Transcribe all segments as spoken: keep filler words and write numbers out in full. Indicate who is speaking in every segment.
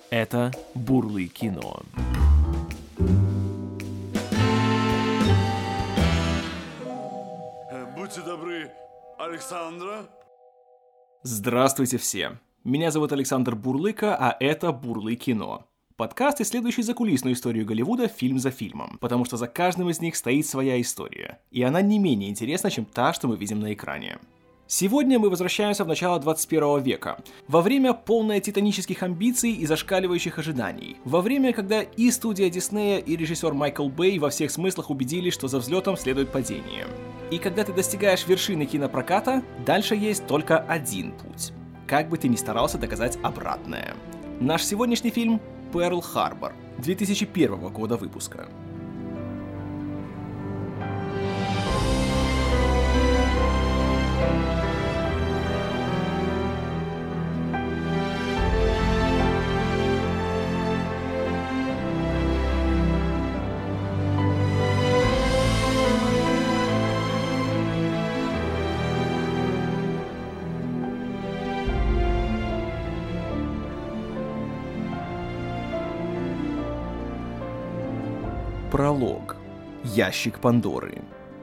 Speaker 1: Это «Бурлы кино».
Speaker 2: Будьте добры, Александра.
Speaker 1: Здравствуйте все. Меня зовут Александр Бурлыка, а это «Бурлы кино». Подкаст, исследующий закулисную историю Голливуда фильм за фильмом, потому что за каждым из них стоит своя история, и она не менее интересна, чем та, что мы видим на экране. Сегодня мы возвращаемся в начало двадцать первого века, во время полное титанических амбиций и зашкаливающих ожиданий, во время, когда и студия Диснея, и режиссер Майкл Бэй во всех смыслах убедились, что за взлетом следует падение. И когда ты достигаешь вершины кинопроката, дальше есть только один путь. Как бы ты ни старался доказать обратное. Наш сегодняшний фильм «Перл-Харбор» две тысячи первого года выпуска. Пролог. Ящик Пандоры.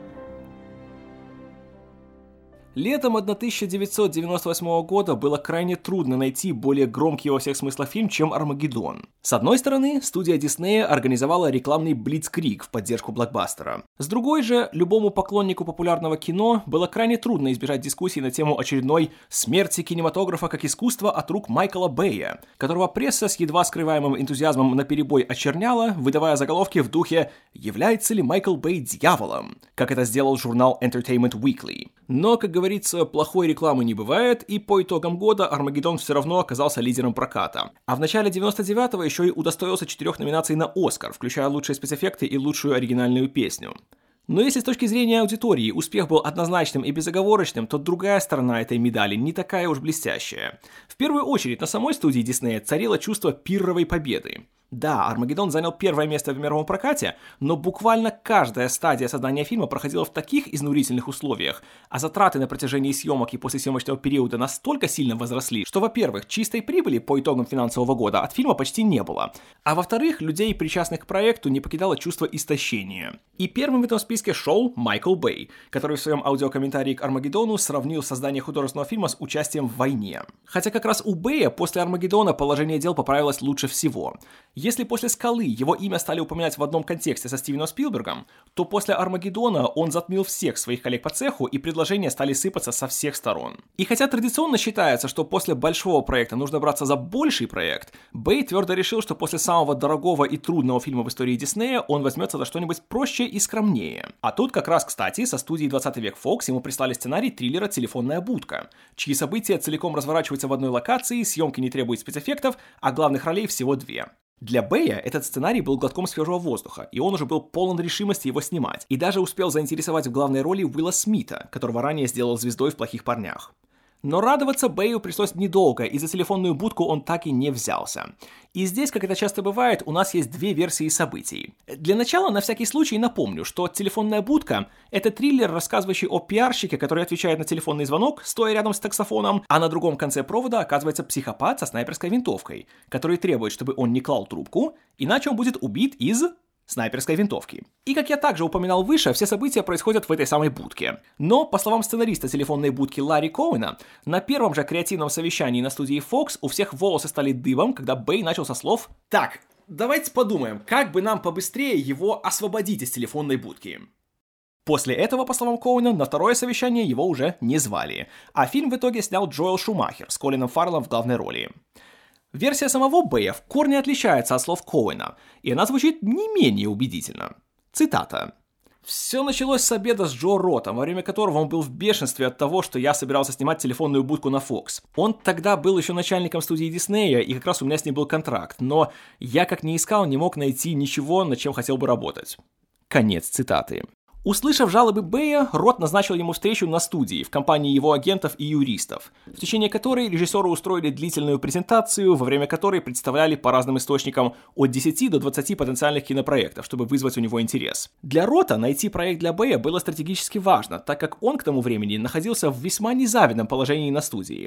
Speaker 1: Летом тысяча девятьсот девяносто восьмого года было крайне трудно найти более громкий во всех смыслах фильм, чем «Армагеддон». С одной стороны, студия Диснея организовала рекламный блицкриг в поддержку блокбастера. С другой же, любому поклоннику популярного кино было крайне трудно избежать дискуссий на тему очередной «смерти кинематографа как искусства» от рук Майкла Бэя, которого пресса с едва скрываемым энтузиазмом наперебой очерняла, выдавая заголовки в духе «Является ли Майкл Бэй дьяволом?», как это сделал журнал Entertainment Weekly. Но, как говорится, плохой рекламы не бывает, и по итогам года «Армагеддон» все равно оказался лидером проката. А в начале девяносто девятого еще и удостоился четырех номинаций на «Оскар», включая лучшие спецэффекты и лучшую оригинальную песню. Но если с точки зрения аудитории успех был однозначным и безоговорочным, то другая сторона этой медали не такая уж блестящая. В первую очередь на самой студии Диснея царило чувство пирровой победы. Да, «Армагеддон» занял первое место в мировом прокате, но буквально каждая стадия создания фильма проходила в таких изнурительных условиях, а затраты на протяжении съемок и после съемочного периода настолько сильно возросли, что, во-первых, чистой прибыли по итогам финансового года от фильма почти не было, а во-вторых, людей, причастных к проекту, не покидало чувство истощения. И первым в этом списке шел Майкл Бэй, который в своем аудиокомментарии к «Армагеддону» сравнил создание художественного фильма с участием в войне. Хотя как раз у Бэя после «Армагеддона» положение дел поправилось лучше всего. Если после «Скалы» его имя стали упоминать в одном контексте со Стивеном Спилбергом, то после «Армагеддона» он затмил всех своих коллег по цеху, и предложения стали сыпаться со всех сторон. И хотя традиционно считается, что после большого проекта нужно браться за больший проект, Бэй твердо решил, что после самого дорогого и трудного фильма в истории Диснея он возьмется за что-нибудь проще и скромнее. А тут как раз, кстати, со студии двадцатый век Fox ему прислали сценарий триллера «Телефонная будка», чьи события целиком разворачиваются в одной локации, съемки не требуют спецэффектов, а главных ролей всего две. Для Бэя этот сценарий был глотком свежего воздуха, и он уже был полон решимости его снимать, и даже успел заинтересовать в главной роли Уилла Смита, которого ранее сделал звездой в «Плохих парнях». Но радоваться Бэю пришлось недолго, и за «Телефонную будку» он так и не взялся. И здесь, как это часто бывает, у нас есть две версии событий. Для начала, на всякий случай, напомню, что «Телефонная будка» — это триллер, рассказывающий о пиарщике, который отвечает на телефонный звонок, стоя рядом с таксофоном, а на другом конце провода оказывается психопат со снайперской винтовкой, который требует, чтобы он не клал трубку, иначе он будет убит из... снайперской винтовки. И, как я также упоминал выше, все события происходят в этой самой будке. Но, по словам сценариста «Телефонной будки» Ларри Коуэна, на первом же креативном совещании на студии Fox у всех волосы стали дыбом, когда Бэй начал со слов «Так, давайте подумаем, как бы нам побыстрее его освободить из телефонной будки». После этого, по словам Коуэна, на второе совещание его уже не звали, а фильм в итоге снял Джоэл Шумахер с Колином Фарреллом в главной роли. Версия самого Бэя в корне отличается от слов Коуэна, и она звучит не менее убедительно. Цитата. «Все началось с обеда с Джо Ротом, во время которого он был в бешенстве от того, что я собирался снимать «Телефонную будку» на Fox. Он тогда был еще начальником студии Диснея, и как раз у меня с ним был контракт, но я как ни искал, не мог найти ничего, над чем хотел бы работать». Конец цитаты. Услышав жалобы Бэя, Рот назначил ему встречу на студии в компании его агентов и юристов, в течение которой режиссеру устроили длительную презентацию, во время которой представляли по разным источникам от десяти до двадцати потенциальных кинопроектов, чтобы вызвать у него интерес. Для Рота найти проект для Бэя было стратегически важно, так как он к тому времени находился в весьма незавидном положении на студии.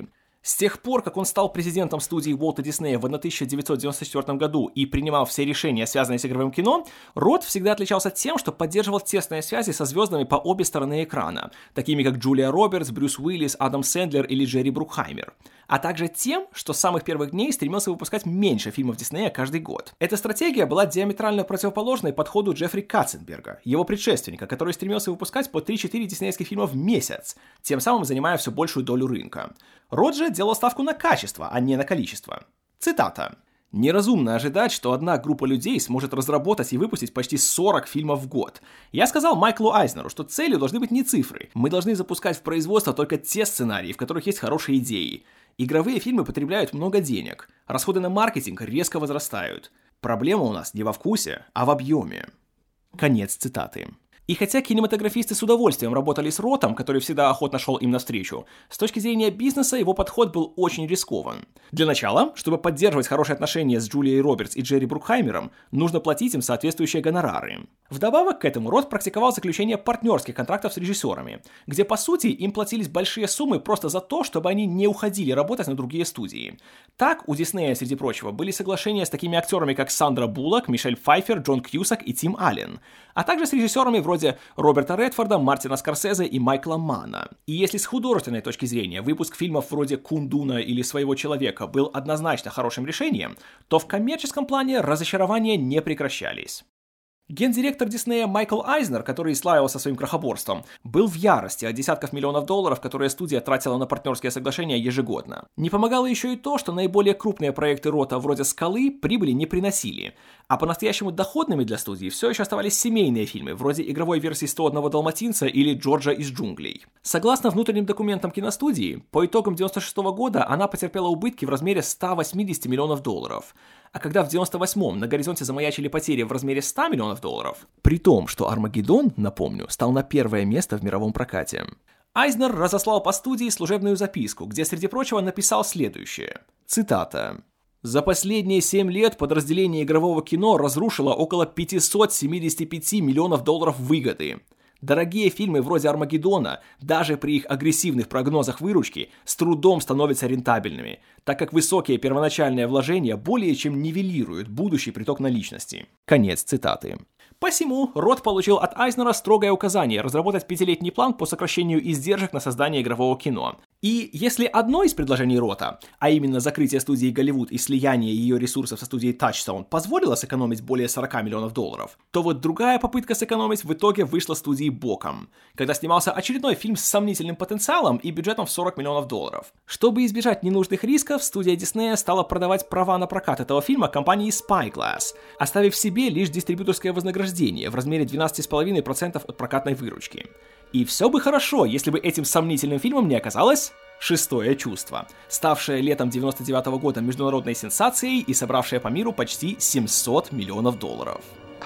Speaker 1: С тех пор, как он стал президентом студии Уолта Диснея в тысяча девятьсот девяносто четвёртом году и принимал все решения, связанные с игровым кино, Рот всегда отличался тем, что поддерживал тесные связи со звездами по обе стороны экрана, такими как Джулия Робертс, Брюс Уиллис, Адам Сэндлер или Джерри Брукхаймер, а также тем, что с самых первых дней стремился выпускать меньше фильмов Диснея каждый год. Эта стратегия была диаметрально противоположной подходу Джеффри Катценберга, его предшественника, который стремился выпускать по три-четыре диснеевских фильма в месяц, тем самым занимая все большую долю рынка. Рот же делал ставку на качество, а не на количество. Цитата. «Неразумно ожидать, что одна группа людей сможет разработать и выпустить почти сорок фильмов в год. Я сказал Майклу Айзнеру, что целью должны быть не цифры. Мы должны запускать в производство только те сценарии, в которых есть хорошие идеи. Игровые фильмы потребляют много денег. Расходы на маркетинг резко возрастают. Проблема у нас не во вкусе, а в объеме». Конец цитаты. И хотя кинематографисты с удовольствием работали с Ротом, который всегда охотно шел им навстречу, с точки зрения бизнеса его подход был очень рискован. Для начала, чтобы поддерживать хорошие отношения с Джулией Робертс и Джерри Брукхаймером, нужно платить им соответствующие гонорары. Вдобавок к этому Рот практиковал заключение партнерских контрактов с режиссерами, где по сути им платились большие суммы просто за то, чтобы они не уходили работать на другие студии. Так у Диснея, среди прочего, были соглашения с такими актерами, как Сандра Буллок, Мишель Пфайффер, Джон Кьюсак и Тим Аллен, а также с режиссерами вроде Роберта Редфорда, Мартина Скорсезе и Майкла Манна. И если с художественной точки зрения выпуск фильмов вроде «Кундуна» или «Своего человека» был однозначно хорошим решением, то в коммерческом плане разочарования не прекращались. Гендиректор Диснея Майкл Айзнер, который славился своим крохоборством, был в ярости от десятков миллионов долларов, которые студия тратила на партнерские соглашения ежегодно. Не помогало еще и то, что наиболее крупные проекты Рота вроде «Скалы» прибыли не приносили, а по-настоящему доходными для студии все еще оставались семейные фильмы, вроде игровой версии «сто одного далматинца» или «Джорджа из джунглей». Согласно внутренним документам киностудии, по итогам девяносто шестого года она потерпела убытки в размере ста восьмидесяти миллионов долларов. А когда в девяносто восьмом на горизонте замаячили потери в размере ста миллионов долларов, при том, что «Армагеддон», напомню, стал на первое место в мировом прокате, Айзнер разослал по студии служебную записку, где, среди прочего, написал следующее. Цитата. «За последние семь лет подразделение игрового кино разрушило около пятьсот семьдесят пять миллионов долларов выгоды. Дорогие фильмы вроде «Армагеддона», даже при их агрессивных прогнозах выручки, с трудом становятся рентабельными, так как высокие первоначальные вложения более чем нивелируют будущий приток наличности». Конец цитаты. Посему Рот получил от Айзнера строгое указание разработать пятилетний план по сокращению издержек на создание игрового кино. И если одно из предложений Рота, а именно закрытие студии Голливуд и слияние ее ресурсов со студией Touchstone, позволило сэкономить более сорока миллионов долларов, то вот другая попытка сэкономить в итоге вышла студии боком, когда снимался очередной фильм с сомнительным потенциалом и бюджетом в сорок миллионов долларов. Чтобы избежать ненужных рисков, студия Диснея стала продавать права на прокат этого фильма компании Spyglass, оставив себе лишь дистрибьюторское вознаграждение в размере двенадцать целых пять десятых процента от прокатной выручки. И все бы хорошо, если бы этим сомнительным фильмом не оказалось «Шестое чувство», ставшее летом девяносто девятого года международной сенсацией и собравшее по миру почти семьсот миллионов долларов.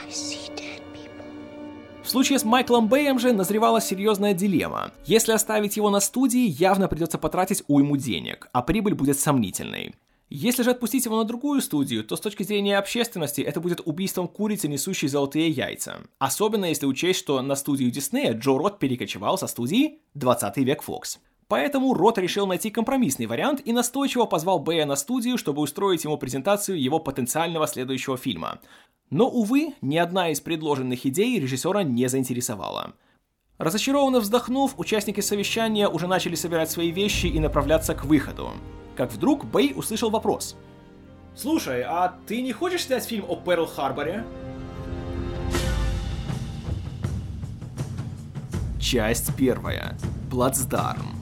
Speaker 1: В случае с Майклом Бэем же назревала серьезная дилемма. Если оставить его на студии, явно придется потратить уйму денег, а прибыль будет сомнительной. Если же отпустить его на другую студию, то с точки зрения общественности это будет убийством курицы, несущей золотые яйца. Особенно если учесть, что на студию Диснея Джо Рот перекочевал со студии «двадцатый век Фокс». Поэтому Рот решил найти компромиссный вариант и настойчиво позвал Бэя на студию, чтобы устроить ему презентацию его потенциального следующего фильма. Но, увы, ни одна из предложенных идей режиссера не заинтересовала. Разочарованно вздохнув, участники совещания уже начали собирать свои вещи и направляться к выходу. Как вдруг Бэй услышал вопрос. «Слушай, а ты не хочешь снять фильм о Перл-Харборе?» Часть первая. Плацдарм.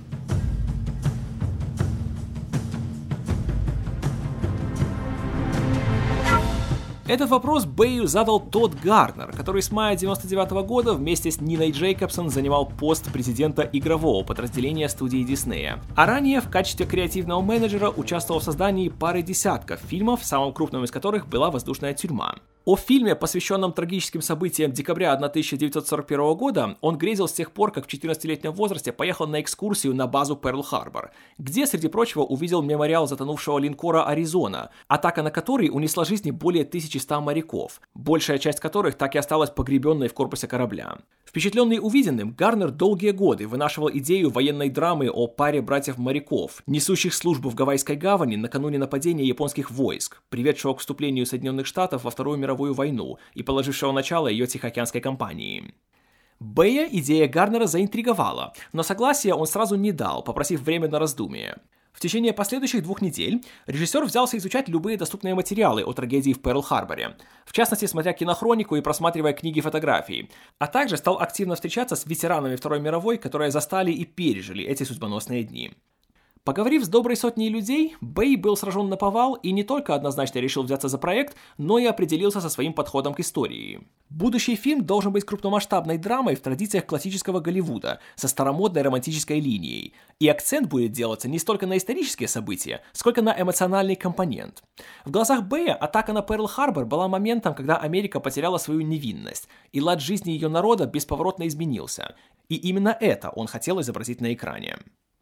Speaker 1: Этот вопрос Бэю задал Тодд Гарнер, который с мая девяносто девятого года вместе с Ниной Джейкобсон занимал пост президента игрового подразделения студии Диснея, а ранее в качестве креативного менеджера участвовал в создании пары десятков фильмов, самым крупным из которых была «Воздушная тюрьма». О фильме, посвященном трагическим событиям декабря тысяча девятьсот сорок первого года, он грезил с тех пор, как в четырнадцатилетнем возрасте поехал на экскурсию на базу Перл-Харбор, где, среди прочего, увидел мемориал затонувшего линкора «Аризона», атака на который унесла жизни более тысячи ста моряков, большая часть которых так и осталась погребенной в корпусе корабля. Впечатленный увиденным, Гарнер долгие годы вынашивал идею военной драмы о паре братьев-моряков, несущих службу в Гавайской гавани накануне нападения японских войск, приведшего к вступлению Соединенных Штатов во Вторую мировую войну и положившего начало ее Тихоокеанской кампании. Бэя идея Гарнера заинтриговала, но согласия он сразу не дал, попросив время на раздумие. В течение последующих двух недель режиссер взялся изучать любые доступные материалы о трагедии в Перл-Харборе, в частности, смотря кинохронику и просматривая книги и фотографии, а также стал активно встречаться с ветеранами Второй мировой, которые застали и пережили эти судьбоносные дни. Поговорив с доброй сотней людей, Бэй был сражен наповал и не только однозначно решил взяться за проект, но и определился со своим подходом к истории. Будущий фильм должен быть крупномасштабной драмой в традициях классического Голливуда, со старомодной романтической линией, и акцент будет делаться не столько на исторические события, сколько на эмоциональный компонент. В глазах Бэя атака на Перл-Харбор была моментом, когда Америка потеряла свою невинность, и лад жизни ее народа бесповоротно изменился, и именно это он хотел изобразить на экране.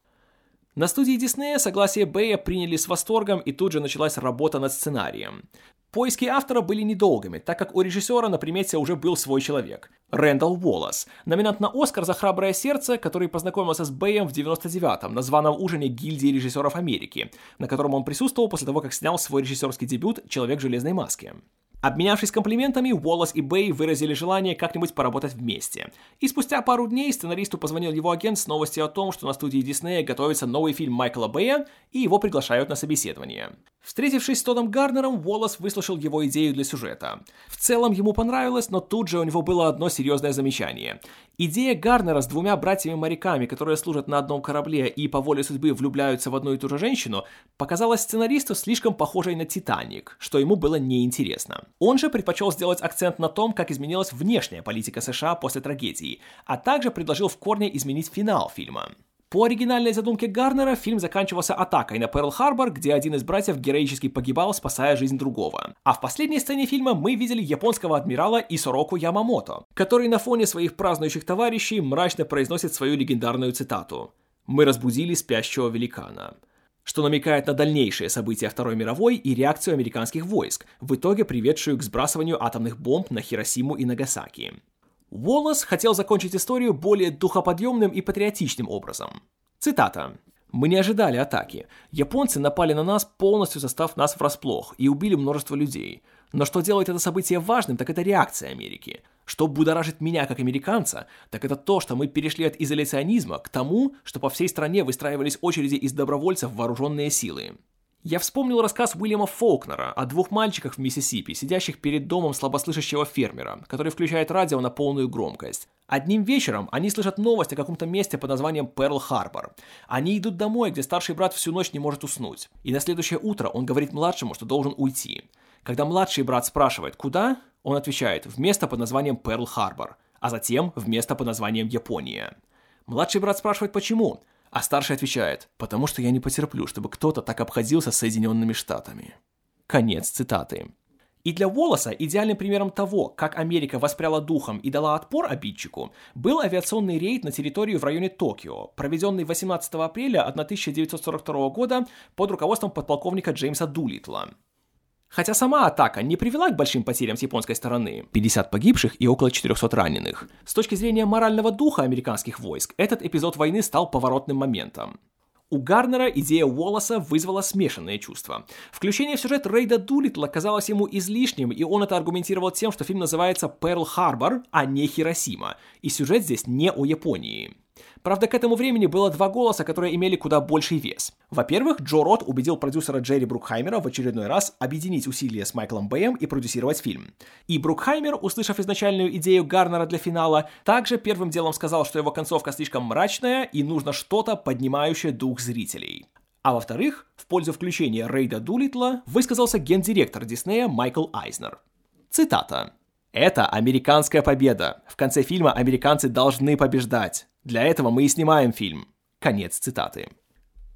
Speaker 1: На студии Диснея согласие Бэя приняли с восторгом, и тут же началась работа над сценарием. Поиски автора были недолгими, так как у режиссера на примете уже был свой человек – Рэндалл Уоллес, номинант на Оскар за «Храброе сердце», который познакомился с Бэем в девяносто девятом на званом ужине гильдии режиссеров Америки, на котором он присутствовал после того, как снял свой режиссерский дебют «Человек в железной маске». Обменявшись комплиментами, Уоллес и Бэй выразили желание как-нибудь поработать вместе. И спустя пару дней сценаристу позвонил его агент с новостью о том, что на студии Диснея готовится новый фильм Майкла Бэя, и его приглашают на собеседование. Встретившись с Тоддом Гарнером, Уоллес выслушал его идею для сюжета. В целом ему понравилось, но тут же у него было одно серьезное замечание. Идея Гарнера с двумя братьями-моряками, которые служат на одном корабле и по воле судьбы влюбляются в одну и ту же женщину, показалась сценаристу слишком похожей на «Титаник», что ему было неинтересно. Он же предпочел сделать акцент на том, как изменилась внешняя политика США после трагедии, а также предложил в корне изменить финал фильма. По оригинальной задумке Гарнера фильм заканчивался атакой на Перл-Харбор, где один из братьев героически погибал, спасая жизнь другого. А в последней сцене фильма мы видели японского адмирала Исороку Ямамото, который на фоне своих празднующих товарищей мрачно произносит свою легендарную цитату «Мы разбудили спящего великана», что намекает на дальнейшие события Второй мировой и реакцию американских войск, в итоге приведшую к сбрасыванию атомных бомб на Хиросиму и Нагасаки. Уоллес хотел закончить историю более духоподъемным и патриотичным образом. Цитата. «Мы не ожидали атаки. Японцы напали на нас, полностью застав нас врасплох, и убили множество людей. Но что делает это событие важным, так это реакция Америки. Что будоражит меня как американца, так это то, что мы перешли от изоляционизма к тому, что по всей стране выстраивались очереди из добровольцев в вооруженные силы». Я вспомнил рассказ Уильяма Фолкнера о двух мальчиках в Миссисипи, сидящих перед домом слабослышащего фермера, который включает радио на полную громкость. Одним вечером они слышат новость о каком-то месте под названием Перл-Харбор. Они идут домой, где старший брат всю ночь не может уснуть. И на следующее утро он говорит младшему, что должен уйти. Когда младший брат спрашивает «Куда?», он отвечает «В место под названием Перл-Харбор», а затем «В место под названием Япония». Младший брат спрашивает «Почему?», а старший отвечает «Потому что я не потерплю, чтобы кто-то так обходился с Соединенными Штатами». Конец цитаты. И для Уоллеса идеальным примером того, как Америка воспряла духом и дала отпор обидчику, был авиационный рейд на территорию в районе Токио, проведенный восемнадцатого апреля тысяча девятьсот сорок второго года под руководством подполковника Джеймса Дулиттла. Хотя сама атака не привела к большим потерям с японской стороны, пятьдесят погибших и около четырехсот раненых, с точки зрения морального духа американских войск, этот эпизод войны стал поворотным моментом. У Гарнера идея Уоллеса вызвала смешанные чувства. Включение в сюжет рейда Дулиттла казалось ему излишним, и он это аргументировал тем, что фильм называется «Перл-Харбор», а не «Хиросима», и сюжет здесь не о Японии. Правда, к этому времени было два голоса, которые имели куда больший вес. Во-первых, Джо Рот убедил продюсера Джерри Брукхаймера в очередной раз объединить усилия с Майклом Бэем и продюсировать фильм. И Брукхаймер, услышав изначальную идею Гарнера для финала, также первым делом сказал, что его концовка слишком мрачная и нужно что-то, поднимающее дух зрителей. А во-вторых, в пользу включения рейда Дулиттла высказался гендиректор Диснея Майкл Айзнер. Цитата. «Это американская победа. В конце фильма американцы должны побеждать. Для этого мы и снимаем фильм». Конец цитаты.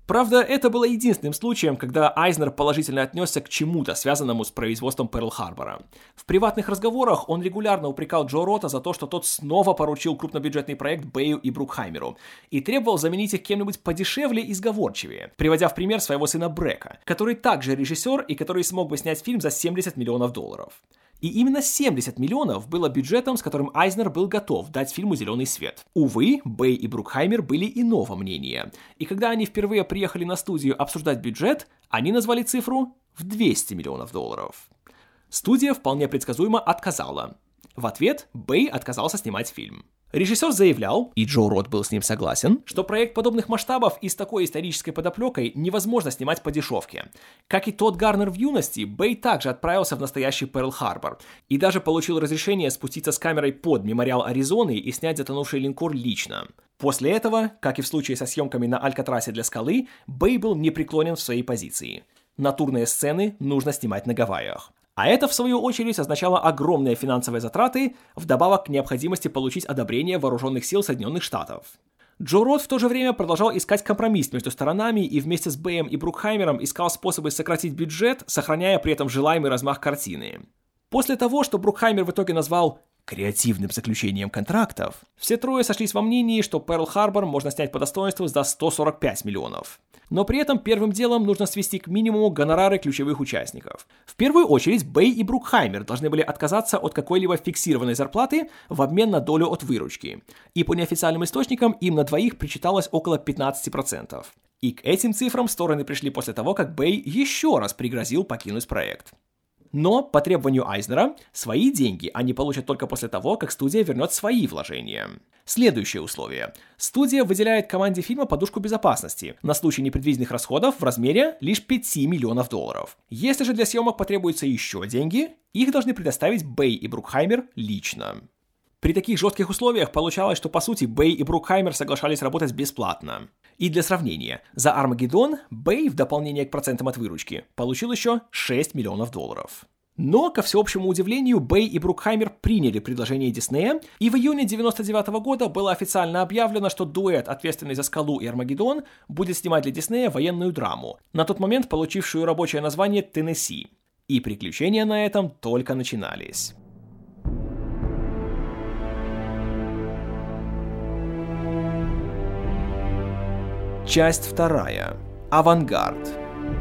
Speaker 1: Правда, это было единственным случаем, когда Айзнер положительно отнесся к чему-то, связанному с производством Перл-Харбора. В приватных разговорах он регулярно упрекал Джо Рота за то, что тот снова поручил крупнобюджетный проект Бэю и Брукхаймеру, и требовал заменить их кем-нибудь подешевле и сговорчивее, приводя в пример своего сына Брека, который также режиссер и который смог бы снять фильм за семьдесят миллионов долларов. И именно семьдесят миллионов было бюджетом, с которым Айзнер был готов дать фильму зеленый свет. Увы, Бэй и Брукхаймер были иного мнения. И когда они впервые приехали на студию обсуждать бюджет, они назвали цифру в двести миллионов долларов. Студия вполне предсказуемо отказала. В ответ Бэй отказался снимать фильм. Режиссер заявлял, и Джо Рот был с ним согласен, что проект подобных масштабов и с такой исторической подоплекой невозможно снимать по дешевке. Как и Тодд Гарнер в юности, Бэй также отправился в настоящий Перл-Харбор и даже получил разрешение спуститься с камерой под мемориал Аризоны и снять затонувший линкор лично. После этого, как и в случае со съемками на Алькатрасе для Скалы, Бэй был непреклонен в своей позиции. Натурные сцены нужно снимать на Гавайях. А это, в свою очередь, означало огромные финансовые затраты, вдобавок к необходимости получить одобрение вооруженных сил Соединенных Штатов. Джо Рот в то же время продолжал искать компромисс между сторонами и вместе с Бэем и Брукхаймером искал способы сократить бюджет, сохраняя при этом желаемый размах картины. После того, что Брукхаймер в итоге назвал креативным заключением контрактов, все трое сошлись во мнении, что Перл-Харбор можно снять по достоинству за сто сорок пять миллионов. Но при этом первым делом нужно свести к минимуму гонорары ключевых участников. В первую очередь Бэй и Брукхаймер должны были отказаться от какой-либо фиксированной зарплаты в обмен на долю от выручки. И по неофициальным источникам им на двоих причиталось около пятнадцать процентов. И к этим цифрам стороны пришли после того, как Бэй еще раз пригрозил покинуть проект. Но, по требованию Айзнера, свои деньги они получат только после того, как студия вернет свои вложения. Следующее условие. Студия выделяет команде фильма подушку безопасности на случай непредвиденных расходов в размере лишь пять миллионов долларов. Если же для съемок потребуются еще деньги, их должны предоставить Бэй и Брукхаймер лично. При таких жестких условиях получалось, что по сути Бэй и Брукхаймер соглашались работать бесплатно. И для сравнения, за «Армагеддон» Бэй в дополнение к процентам от выручки получил еще шесть миллионов долларов. Но, ко всеобщему удивлению, Бэй и Брукхаймер приняли предложение Диснея, и в июне девяносто девятого года было официально объявлено, что дуэт, ответственный за «Скалу» и «Армагеддон», будет снимать для Диснея военную драму, на тот момент получившую рабочее название «Теннесси». И приключения на этом только начинались. Часть вторая. Авангард.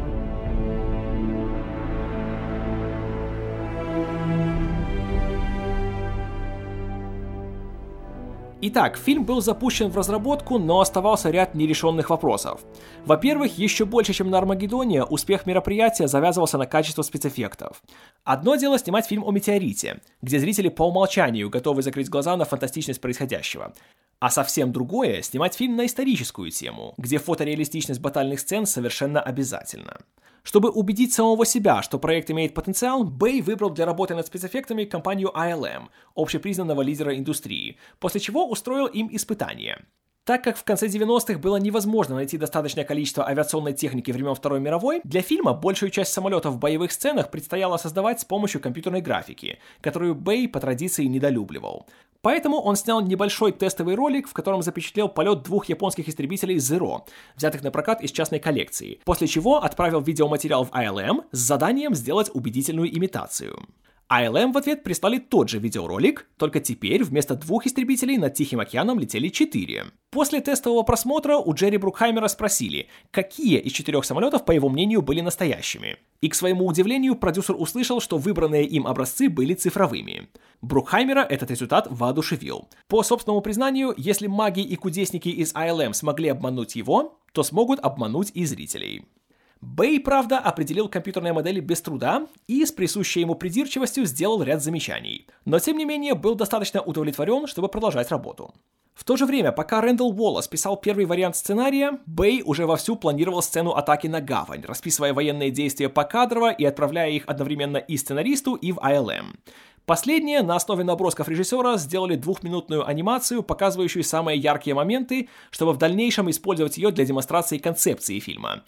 Speaker 1: Итак, фильм был запущен в разработку, но оставался ряд нерешенных вопросов. Во-первых, еще больше, чем на «Армагеддоне», успех мероприятия завязывался на качество спецэффектов. Одно дело снимать фильм о метеорите, где зрители по умолчанию готовы закрыть глаза на фантастичность происходящего. А совсем другое — снимать фильм на историческую тему, где фотореалистичность батальных сцен совершенно обязательна. Чтобы убедить самого себя, что проект имеет потенциал, Бэй выбрал для работы над спецэффектами компанию ай эл эм, общепризнанного лидера индустрии, после чего устроил им испытания. Так как в конце девяностых было невозможно найти достаточное количество авиационной техники времен Второй мировой, для фильма большую часть самолетов в боевых сценах предстояло создавать с помощью компьютерной графики, которую Бэй по традиции недолюбливал. Поэтому он снял небольшой тестовый ролик, в котором запечатлел полет двух японских истребителей Zero, взятых на прокат из частной коллекции, после чего отправил видеоматериал в ай эл эм с заданием сделать убедительную имитацию. ай эл эм в ответ прислали тот же видеоролик, только теперь вместо двух истребителей над Тихим океаном летели четыре. После тестового просмотра у Джерри Брукхаймера спросили, какие из четырех самолетов, по его мнению, были настоящими. И, к своему удивлению, продюсер услышал, что выбранные им образцы были цифровыми. Брукхаймера этот результат воодушевил. По собственному признанию, если маги и кудесники из ай эл эм смогли обмануть его, то смогут обмануть и зрителей. Бэй, правда, определил компьютерные модели без труда и с присущей ему придирчивостью сделал ряд замечаний, но тем не менее был достаточно удовлетворен, чтобы продолжать работу. В то же время, пока Рэндалл Уоллес писал первый вариант сценария, Бэй уже вовсю планировал сцену атаки на гавань, расписывая военные действия покадрово и отправляя их одновременно и сценаристу, и в ай эл эм. Последние на основе набросков режиссера сделали двухминутную анимацию, показывающую самые яркие моменты, чтобы в дальнейшем использовать ее для демонстрации концепции фильма.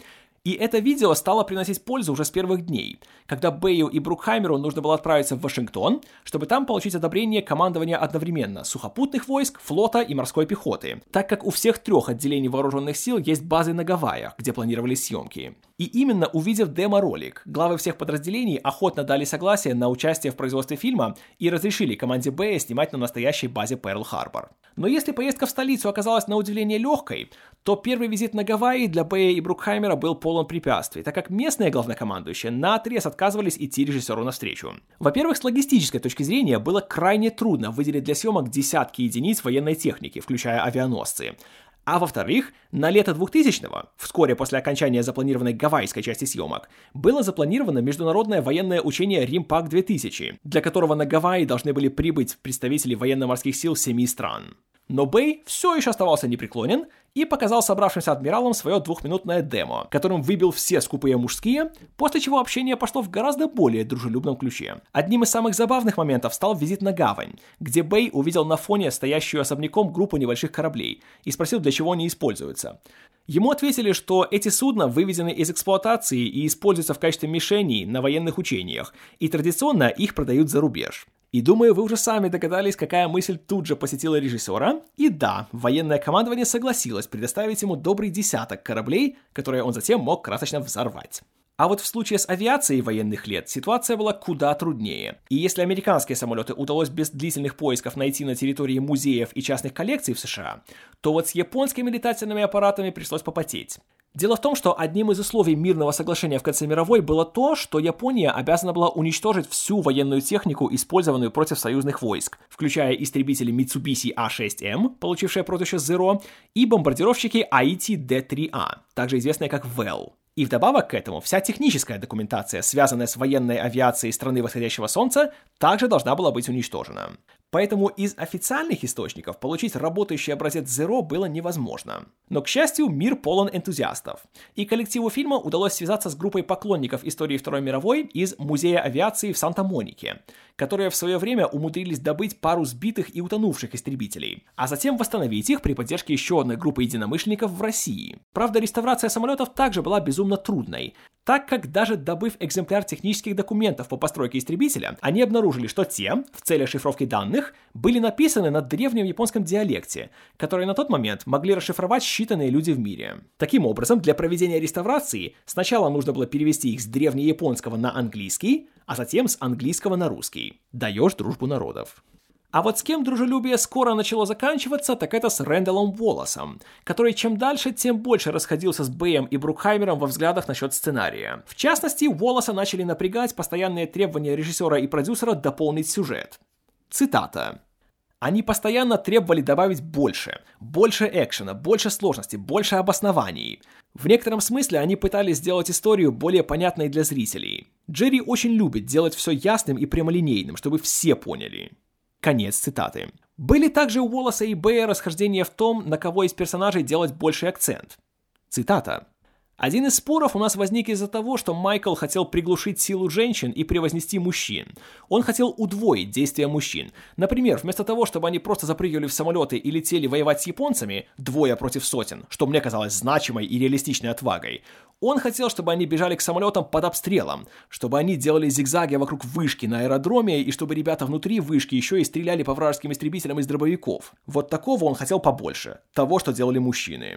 Speaker 1: И это видео стало приносить пользу уже с первых дней, когда Бэю и Брукхаймеру нужно было отправиться в Вашингтон, чтобы там получить одобрение командования одновременно сухопутных войск, флота и морской пехоты, так как у всех трех отделений вооруженных сил есть базы на Гавайях, где планировались съемки. И именно увидев демо-ролик, главы всех подразделений охотно дали согласие на участие в производстве фильма и разрешили команде Бэя снимать на настоящей базе Перл-Харбор. Но если поездка в столицу оказалась на удивление легкой, то первый визит на Гавайи для Бэя и Брукхаймера был полон препятствий, так как местные главнокомандующие наотрез отказывались идти режиссеру навстречу. Во-первых, с логистической точки зрения было крайне трудно выделить для съемок десятки единиц военной техники, включая авианосцы. А во-вторых, на лето двухтысячного, вскоре после окончания запланированной гавайской части съемок, было запланировано международное военное учение Римпак две тысячи, для которого на Гавайи должны были прибыть представители военно-морских сил семи стран. Но Бэй все еще оставался непреклонен и показал собравшимся адмиралам свое двухминутное демо, которым выбил все скупые мужские, после чего общение пошло в гораздо более дружелюбном ключе. Одним из самых забавных моментов стал визит на гавань, где Бэй увидел на фоне стоящую особняком группу небольших кораблей и спросил, для чего они используются. Ему ответили, что эти судна выведены из эксплуатации и используются в качестве мишеней на военных учениях, и традиционно их продают за рубеж. И думаю, вы уже сами догадались, какая мысль тут же посетила режиссера. И да, военное командование согласилось предоставить ему добрый десяток кораблей, которые он затем мог красочно взорвать. А вот в случае с авиацией военных лет ситуация была куда труднее. И если американские самолеты удалось без длительных поисков найти на территории музеев и частных коллекций в США, то вот с японскими летательными аппаратами пришлось попотеть. Дело в том, что одним из условий мирного соглашения в конце мировой было то, что Япония обязана была уничтожить всю военную технику, использованную против союзных войск, включая истребители Mitsubishi А шесть М, получившие прозвище Zero, и бомбардировщики Аити Дэ три А, также известные как Вэлл. И вдобавок к этому вся техническая документация, связанная с военной авиацией страны восходящего солнца, также должна была быть уничтожена. Поэтому из официальных источников получить работающий образец Zero было невозможно. Но, к счастью, мир полон энтузиастов. И коллективу фильма удалось связаться с группой поклонников истории Второй мировой из Музея авиации в Санта-Монике, которые в свое время умудрились добыть пару сбитых и утонувших истребителей, а затем восстановить их при поддержке еще одной группы единомышленников в России. Правда, реставрация самолетов также была безумно трудной, так как даже добыв экземпляр технических документов по постройке истребителя, они обнаружили, что те, в целях шифровки данных, были написаны на древнем японском диалекте, который на тот момент могли расшифровать считанные люди в мире. Таким образом, для проведения реставрации сначала нужно было перевести их с древнеяпонского на английский, а затем с английского на русский. Даешь дружбу народов. А вот с кем дружелюбие скоро начало заканчиваться, так это с Рэндаллом Уолласом, который чем дальше, тем больше расходился с Бэем и Брукхаймером во взглядах насчет сценария. В частности, Уолласа начали напрягать постоянные требования режиссера и продюсера дополнить сюжет. Цитата. Они постоянно требовали добавить больше, больше экшена, больше сложности, больше обоснований. В некотором смысле они пытались сделать историю более понятной для зрителей. Джерри очень любит делать все ясным и прямолинейным, чтобы все поняли. Конец цитаты. Были также у Уолласа и Бэя расхождения в том, на кого из персонажей делать больший акцент. Цитата. Один из споров у нас возник из-за того, что Майкл хотел приглушить силу женщин и превознести мужчин. Он хотел удвоить действия мужчин. Например, вместо того, чтобы они просто запрыгивали в самолеты и летели воевать с японцами, двое против сотен, что мне казалось значимой и реалистичной отвагой, он хотел, чтобы они бежали к самолетам под обстрелом, чтобы они делали зигзаги вокруг вышки на аэродроме и чтобы ребята внутри вышки еще и стреляли по вражеским истребителям из дробовиков. Вот такого он хотел побольше, того, что делали мужчины.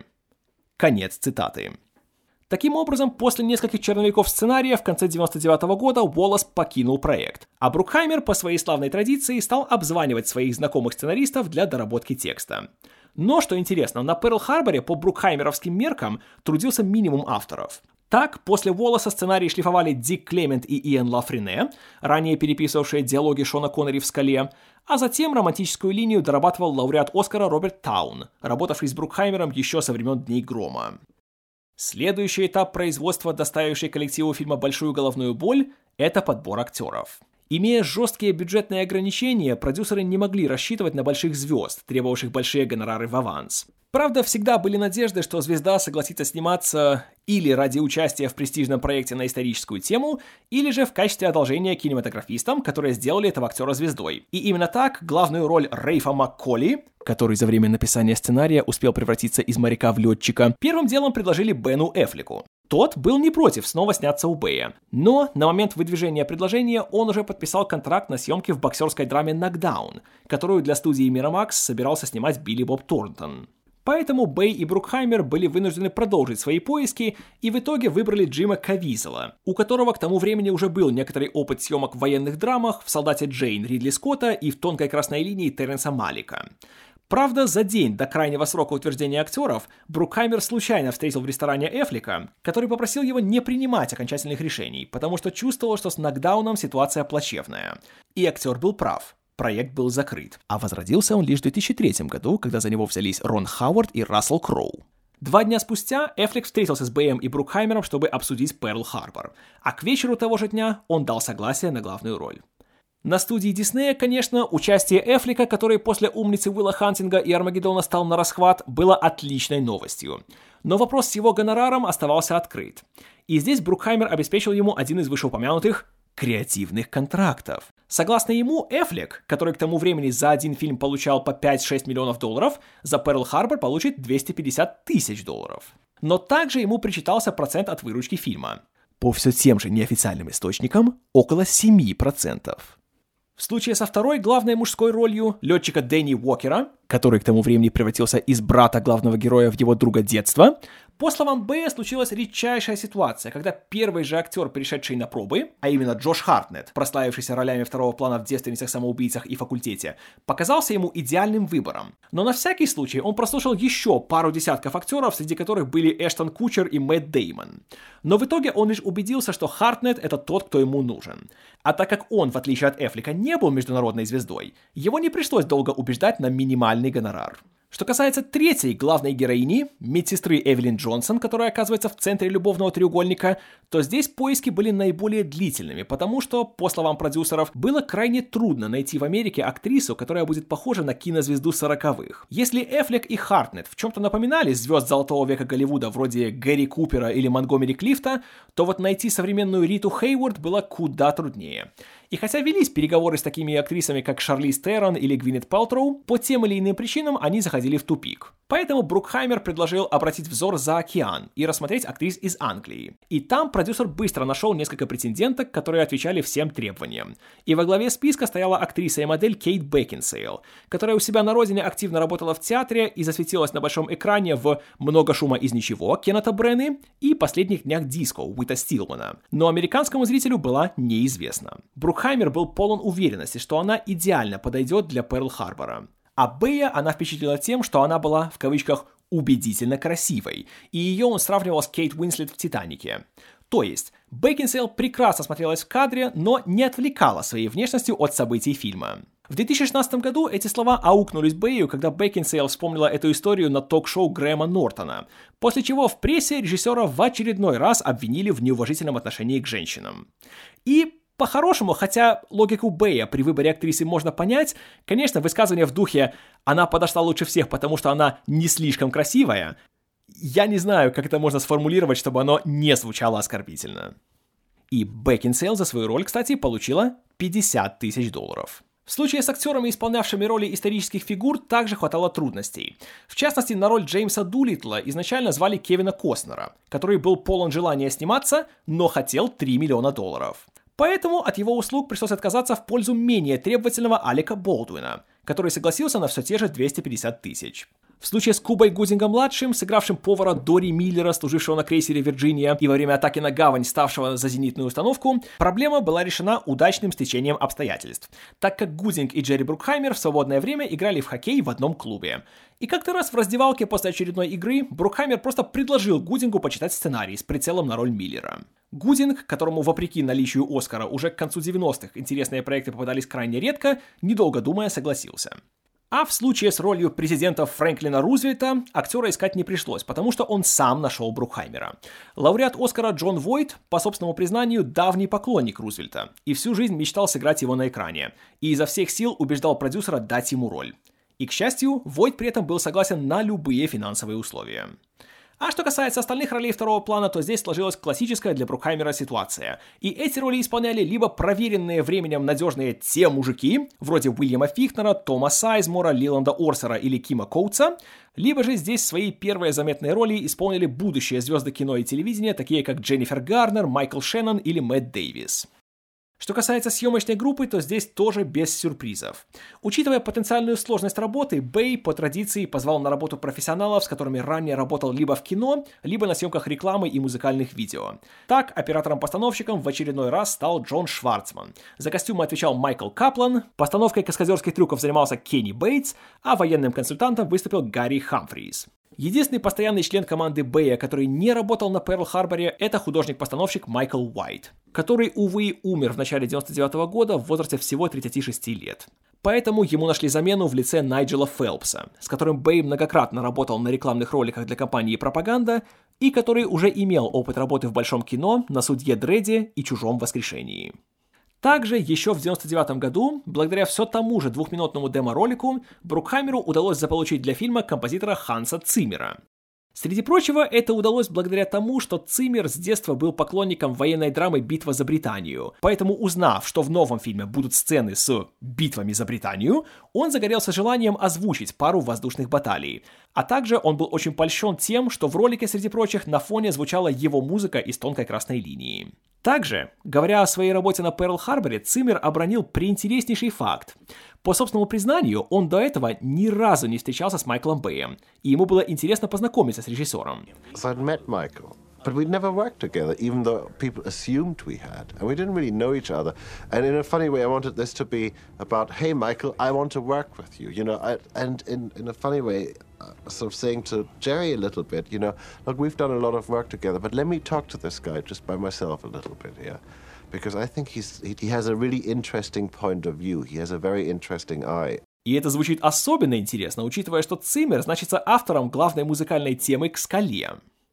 Speaker 1: Конец цитаты. Таким образом, после нескольких черновиков сценария в конце девяносто девятого года Уоллас покинул проект, а Брукхаймер по своей славной традиции стал обзванивать своих знакомых сценаристов для доработки текста. Но, что интересно, на Перл-Харборе по брукхаймеровским меркам трудился минимум авторов. Так, после Уолласа сценарий шлифовали Дик Клемент и Иэн Лафрене, ранее переписывавшие диалоги Шона Коннери в «Скале», а затем романтическую линию дорабатывал лауреат Оскара Роберт Таун, работавший с Брукхаймером еще со времен «Дней грома». Следующий этап производства, доставивший коллективу фильма большую головную боль, это подбор актеров. Имея жесткие бюджетные ограничения, продюсеры не могли рассчитывать на больших звезд, требовавших большие гонорары в аванс. Правда, всегда были надежды, что звезда согласится сниматься или ради участия в престижном проекте на историческую тему, или же в качестве одолжения кинематографистам, которые сделали этого актера звездой. И именно так главную роль Рейфа МакКолли, который за время написания сценария успел превратиться из моряка в летчика, первым делом предложили Бену Эффлеку. Тот был не против снова сняться у Бэя, но на момент выдвижения предложения он уже подписал контракт на съемки в боксерской драме «Нокдаун», которую для студии Miramax собирался снимать Билли Боб Торнтон. Поэтому Бэй и Брукхаймер были вынуждены продолжить свои поиски и в итоге выбрали Джима Кавизела, у которого к тому времени уже был некоторый опыт съемок в военных драмах в «Солдате Джейн» Ридли Скотта и в «Тонкой красной линии» Терренса Малика. Правда, за день до крайнего срока утверждения актеров Брукхаймер случайно встретил в ресторане Эфлика, который попросил его не принимать окончательных решений, потому что чувствовал, что с «Нокдауном» ситуация плачевная. И актер был прав. Проект был закрыт, а возродился он лишь в две тысячи третьем году, когда за него взялись Рон Хауард и Рассел Кроу. Два дня спустя Эфлик встретился с Бэем и Брукхаймером, чтобы обсудить Перл-Харбор, а к вечеру того же дня он дал согласие на главную роль. На студии Диснея, конечно, участие Эфлика, который после «Умницы» Уилла Хантинга и «Армагеддона» стал на расхват, было отличной новостью. Но вопрос с его гонораром оставался открыт. И здесь Брукхаймер обеспечил ему один из вышеупомянутых креативных контрактов. Согласно ему, Эфлик, который к тому времени за один фильм получал по пять-шесть миллионов долларов, за Перл-Харбор получит двести пятьдесят тысяч долларов. Но также ему причитался процент от выручки фильма. По все тем же неофициальным источникам, около семь процентов. В случае со второй главной мужской ролью, летчика Дэнни Уокера, который к тому времени превратился из брата главного героя в его друга детства, по словам Бэя, случилась редчайшая ситуация, когда первый же актер, пришедший на пробы, а именно Джош Хартнетт, прославившийся ролями второго плана в «Девственницах, самоубийцах» и «Факультете», показался ему идеальным выбором. Но на всякий случай он прослушал еще пару десятков актеров, среди которых были Эштон Кутчер и Мэтт Деймон. Но в итоге он лишь убедился, что Хартнетт — это тот, кто ему нужен. А так как он, в отличие от Эфлика, не был международной звездой, его не пришлось долго убеждать на минимальный гонорар. Что касается третьей главной героини, медсестры Эвелин Джонсон, которая оказывается в центре любовного треугольника, то здесь поиски были наиболее длительными, потому что, по словам продюсеров, было крайне трудно найти в Америке актрису, которая будет похожа на кинозвезду сороковых. Если Эфлик и Хартнетт в чем-то напоминали звезд золотого века Голливуда вроде Гэри Купера или Монтгомери Клифта, то вот найти современную Риту Хейворд было куда труднее. И хотя велись переговоры с такими актрисами, как Шарлиз Терон или Гвинет Пэлтроу, по тем или иным причинам они заходили в тупик. Поэтому Брукхаймер предложил обратить взор за океан и рассмотреть актрис из Англии. И там продюсер быстро нашел несколько претенденток, которые отвечали всем требованиям. И во главе списка стояла актриса и модель Кейт Бекинсейл, которая у себя на родине активно работала в театре и засветилась на большом экране в «Много шума из ничего» Кеннета Брэны и «Последних днях диско» Уита Стилмана. Но американскому зрителю была неизвестна. Брукхаймер был полон уверенности, что она идеально подойдет для Перл-Харбора. А Бэя она впечатлила тем, что она была, в кавычках, убедительно красивой, и ее он сравнивал с Кейт Уинслет в «Титанике». То есть, Бекинсейл прекрасно смотрелась в кадре, но не отвлекала своей внешностью от событий фильма. В две тысячи шестнадцатом году эти слова аукнулись Бэю, когда Бекинсейл вспомнила эту историю на ток-шоу Грэма Нортона, после чего в прессе режиссера в очередной раз обвинили в неуважительном отношении к женщинам. И по-хорошему, хотя логику Бэя при выборе актрисы можно понять, конечно, высказывание в духе «она подошла лучше всех, потому что она не слишком красивая», я не знаю, как это можно сформулировать, чтобы оно не звучало оскорбительно. И Бекинсейл за свою роль, кстати, получила пятьдесят тысяч долларов. В случае с актерами, исполнявшими роли исторических фигур, также хватало трудностей. В частности, на роль Джеймса Дулиттла изначально звали Кевина Костнера, который был полон желания сниматься, но хотел три миллиона долларов. Поэтому от его услуг пришлось отказаться в пользу менее требовательного Алека Болдуина, который согласился на все те же двести пятьдесят тысяч. В случае с Кубой Гудингом-младшим, сыгравшим повара Дори Миллера, служившего на крейсере «Вирджиния» и во время атаки на гавань, ставшего за зенитную установку, проблема была решена удачным стечением обстоятельств, так как Гудинг и Джерри Брукхаймер в свободное время играли в хоккей в одном клубе. И как-то раз в раздевалке после очередной игры Брукхаймер просто предложил Гудингу почитать сценарий с прицелом на роль Миллера. Гудинг, которому, вопреки наличию Оскара, уже к концу девяностых интересные проекты попадались крайне редко, недолго думая, согласился. А в случае с ролью президента Фрэнклина Рузвельта актера искать не пришлось, потому что он сам нашел Брукхаймера. Лауреат Оскара Джон Войт, по собственному признанию, давний поклонник Рузвельта, и всю жизнь мечтал сыграть его на экране, и изо всех сил убеждал продюсера дать ему роль. И, к счастью, Войт при этом был согласен на любые финансовые условия. А что касается остальных ролей второго плана, то здесь сложилась классическая для Брукхаймера ситуация. И эти роли исполняли либо проверенные временем надежные те мужики, вроде Уильяма Фихнера, Тома Сайзмора, Лиланда Орсера или Кима Коутса, либо же здесь свои первые заметные роли исполнили будущие звезды кино и телевидения, такие как Дженнифер Гарнер, Майкл Шеннон или Мэтт Дэвис. Что касается съемочной группы, то здесь тоже без сюрпризов. Учитывая потенциальную сложность работы, Бэй по традиции позвал на работу профессионалов, с которыми ранее работал либо в кино, либо на съемках рекламы и музыкальных видео. Так, оператором-постановщиком в очередной раз стал Джон Шварцман. За костюмы отвечал Майкл Каплан, постановкой каскадерских трюков занимался Кенни Бейтс, а военным консультантом выступил Гарри Хамфрис. Единственный постоянный член команды Бэя, который не работал на Перл-Харборе, это художник-постановщик Майкл Уайт, который, увы, умер в начале девяносто девятого года в возрасте всего тридцати шести лет. Поэтому ему нашли замену в лице Найджела Фелпса, с которым Бэй многократно работал на рекламных роликах для компании «Пропаганда» и который уже имел опыт работы в большом кино, на «Судье Дредде» и «Чужом воскрешении». Также еще в девяносто девятом году, благодаря все тому же двухминутному демо-ролику, Брукхаймеру удалось заполучить для фильма композитора Ханса Циммера. Среди прочего, это удалось благодаря тому, что Циммер с детства был поклонником военной драмы «Битва за Британию», поэтому, узнав, что в новом фильме будут сцены с битвами за Британию, он загорелся желанием озвучить пару воздушных баталий. А также он был очень польщен тем, что в ролике, среди прочих, на фоне звучала его музыка из «Тонкой красной линии». Также, говоря о своей работе на Перл-Харборе, Циммер обронил приинтереснейший факт. По собственному признанию, он до этого ни разу не встречался с Майклом Бэем, и ему было интересно познакомиться с режиссером.
Speaker 3: So I'd met Michael, but we'd never worked together, even though people assumed we had, and we didn't really know each other. And in a funny way, I wanted this to be about, hey, Michael, I want to work with you, you know. I, and in in a funny way, uh, sort of saying to Jerry a little bit, you know, look, we've done a lot of work together, but let me talk to this guy just by myself a little bit, yeah. Because I think he's, he, he has a really interesting point of view. He has a very interesting eye.
Speaker 1: И это звучит особенно интересно, учитывая, что Циммер значится автором главной музыкальной темы к «Скале».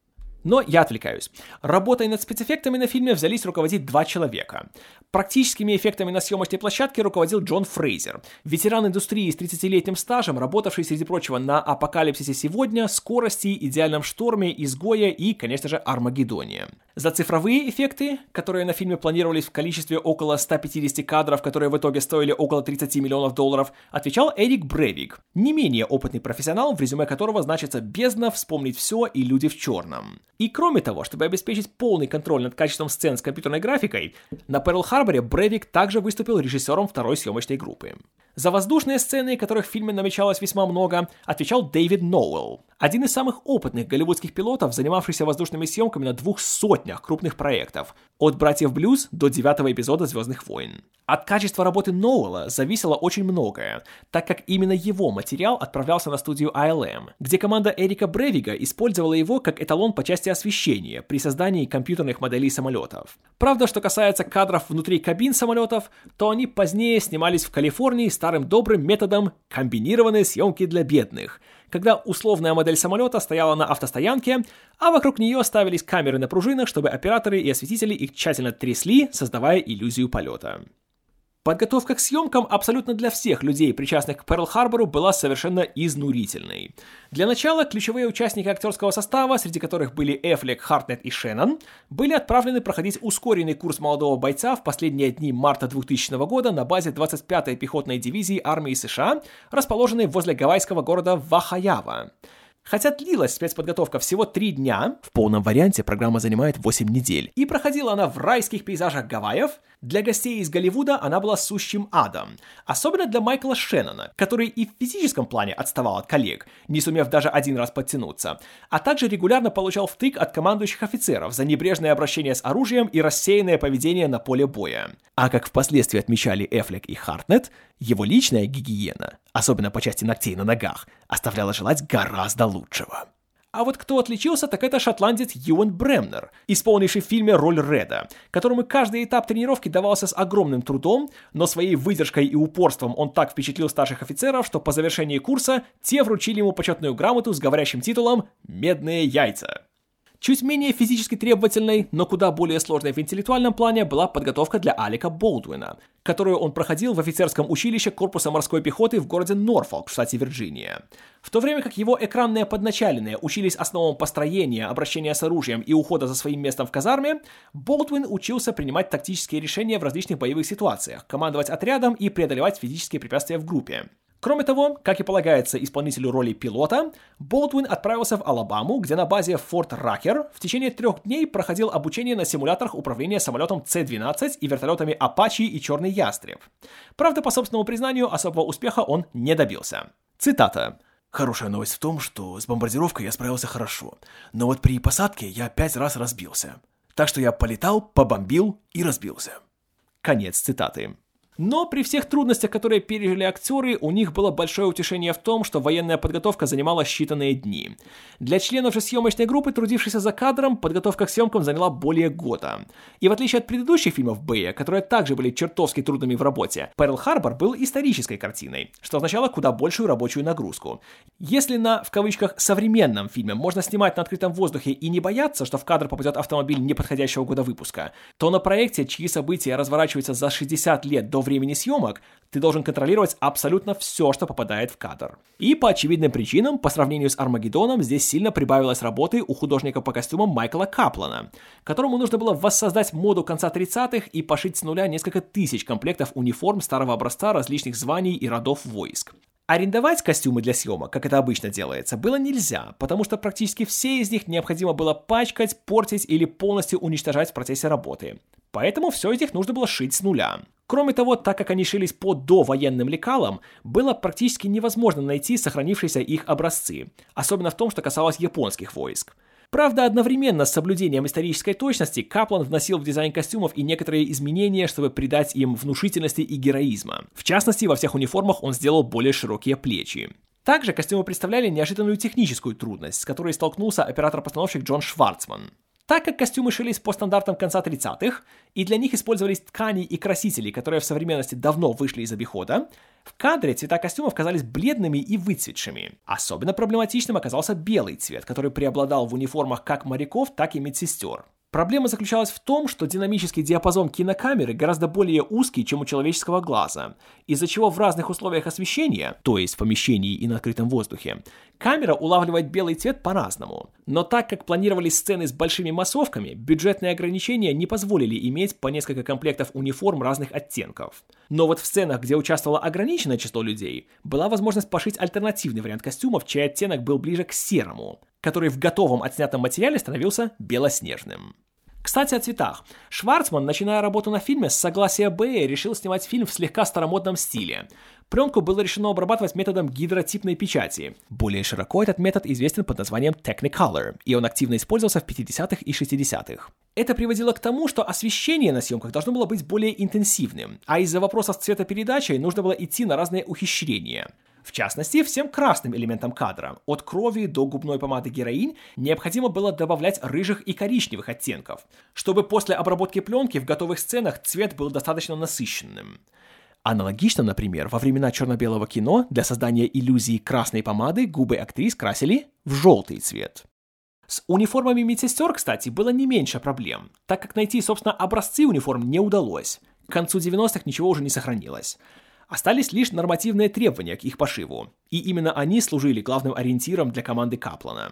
Speaker 1: Но я отвлекаюсь. Работой над спецэффектами на фильме взялись руководить два человека. Практическими эффектами на съемочной площадке руководил Джон Фрейзер, ветеран индустрии с тридцатилетним стажем, работавший, среди прочего, на «Апокалипсисе сегодня», «Скорости», «Идеальном шторме», «Изгое» и, конечно же, «Армагеддоне». За цифровые эффекты, которые на фильме планировались в количестве около ста пятидесяти кадров, которые в итоге стоили около тридцати миллионов долларов, отвечал Эрик Бревик, не менее опытный профессионал, в резюме которого значится «Бездна», «Вспомнить все» и «Люди в черном». И кроме того, чтобы обеспечить полный контроль над качеством сцен с компьютерной графикой, на Перл-Харборе Бревик также выступил режиссером второй съемочной группы. За воздушные сцены, которых в фильме намечалось весьма много, отвечал Дэвид Ноуэлл, один из самых опытных голливудских пилотов, занимавшийся воздушными съемками на двух сотнях крупных проектов, от «Братьев Блюз» до девятого эпизода «Звездных войн». От качества работы Ноуэлла зависело очень многое, так как именно его материал отправлялся на студию ай эл эм, где команда Эрика Бревига использовала его как эталон по части освещения при создании компьютерных моделей самолетов. Правда, что касается кадров внутри кабин самолетов, то они позднее снимались в Калифорнии старым добрым методом комбинированной съемки для бедных, когда условная модель самолета стояла на автостоянке, а вокруг нее ставились камеры на пружинах, чтобы операторы и осветители их тщательно трясли, создавая иллюзию полета. Подготовка к съемкам абсолютно для всех людей, причастных к Перл-Харбору, была совершенно изнурительной. Для начала ключевые участники актерского состава, среди которых были Эффлек, Хартнетт и Шеннон, были отправлены проходить ускоренный курс молодого бойца в последние дни марта двухтысячного года на базе двадцать пятой пехотной дивизии армии США, расположенной возле гавайского города Вахаява. Хотя длилась спецподготовка всего три дня, в полном варианте программа занимает восемь недель, и проходила она в райских пейзажах Гавайев, для гостей из Голливуда она была сущим адом. Особенно для Майкла Шеннона, который и в физическом плане отставал от коллег, не сумев даже один раз подтянуться, а также регулярно получал втык от командующих офицеров за небрежное обращение с оружием и рассеянное поведение на поле боя. А как впоследствии отмечали Эффлек и Хартнетт, его личная гигиена, особенно по части ногтей на ногах, оставляла желать гораздо лучшего. А вот кто отличился, так это шотландец Юэн Бремнер, исполнивший в фильме роль Реда, которому каждый этап тренировки давался с огромным трудом, но своей выдержкой и упорством он так впечатлил старших офицеров, что по завершении курса те вручили ему почетную грамоту с говорящим титулом «Медные яйца». Чуть менее физически требовательной, но куда более сложной в интеллектуальном плане была подготовка для Алека Болдуина, которую он проходил в офицерском училище корпуса морской пехоты в городе Норфолк в штате Вирджиния. В то время как его экранные подначаленные учились основам построения, обращения с оружием и ухода за своим местом в казарме, Болдуин учился принимать тактические решения в различных боевых ситуациях, командовать отрядом и преодолевать физические препятствия в группе. Кроме того, как и полагается исполнителю роли пилота, Болдуин отправился в Алабаму, где на базе Форт Ракер в течение трех дней проходил обучение на симуляторах управления самолетом Ц двенадцать и вертолетами Апачи и Черный Ястреб. Правда, по собственному признанию, особого успеха он не добился. Цитата. «Хорошая новость в том, что с бомбардировкой я справился хорошо, но вот при посадке я пять раз разбился. Так что я полетал, побомбил и разбился». Конец цитаты. Но при всех трудностях, которые пережили актеры, у них было большое утешение в том, что военная подготовка занимала считанные дни. Для членов же съемочной группы, трудившихся за кадром, подготовка к съемкам заняла более года. И в отличие от предыдущих фильмов Бэя, которые также были чертовски трудными в работе, Перл-Харбор был исторической картиной, что означало куда большую рабочую нагрузку. Если на, в кавычках, современном фильме можно снимать на открытом воздухе и не бояться, что в кадр попадет автомобиль неподходящего года выпуска, то на проекте, чьи события разворачиваются за шестьдесят лет до времени съемок, ты должен контролировать абсолютно все, что попадает в кадр. И по очевидным причинам, по сравнению с Армагеддоном, здесь сильно прибавилось работы у художника по костюмам Майкла Каплана, которому нужно было воссоздать моду конца тридцатых и пошить с нуля несколько тысяч комплектов униформ старого образца различных званий и родов войск. Арендовать костюмы для съемок, как это обычно делается, было нельзя, потому что практически все из них необходимо было пачкать, портить или полностью уничтожать в процессе работы. Поэтому все из них нужно было шить с нуля. Кроме того, так как они шились по довоенным лекалам, было практически невозможно найти сохранившиеся их образцы, особенно в том, что касалось японских войск. Правда, одновременно с соблюдением исторической точности Каплан вносил в дизайн костюмов и некоторые изменения, чтобы придать им внушительности и героизма. В частности, во всех униформах он сделал более широкие плечи. Также костюмы представляли неожиданную техническую трудность, с которой столкнулся оператор-постановщик Джон Шварцман. Так как костюмы шились по стандартам конца тридцатых, и для них использовались ткани и красители, которые в современности давно вышли из обихода, в кадре цвета костюмов казались бледными и выцветшими. Особенно проблематичным оказался белый цвет, который преобладал в униформах как моряков, так и медсестер. Проблема заключалась в том, что динамический диапазон кинокамеры гораздо более узкий, чем у человеческого глаза, из-за чего в разных условиях освещения, то есть в помещении и на открытом воздухе, камера улавливает белый цвет по-разному. Но так как планировались сцены с большими массовками, бюджетные ограничения не позволили иметь по несколько комплектов униформ разных оттенков. Но вот в сценах, где участвовало ограниченное число людей, была возможность пошить альтернативный вариант костюмов, чей оттенок был ближе к серому, который в готовом отснятом материале становился белоснежным. Кстати, о цветах. Шварцман, начиная работу на фильме, с согласия Бэя решил снимать фильм в слегка старомодном стиле. Пленку было решено обрабатывать методом гидротипной печати. Более широко этот метод известен под названием Technicolor, и он активно использовался в пятидесятых и шестидесятых. Это приводило к тому, что освещение на съемках должно было быть более интенсивным, а из-за вопросов с цветопередачей нужно было идти на разные ухищрения. В частности, всем красным элементам кадра, от крови до губной помады героинь, необходимо было добавлять рыжих и коричневых оттенков, чтобы после обработки пленки в готовых сценах цвет был достаточно насыщенным. Аналогично, например, во времена черно-белого кино для создания иллюзии красной помады губы актрис красили в желтый цвет. С униформами медсестер, кстати, было не меньше проблем, так как найти, собственно, образцы униформ не удалось. К концу девяностых ничего уже не сохранилось. Остались лишь нормативные требования к их пошиву, и именно они служили главным ориентиром для команды Каплана.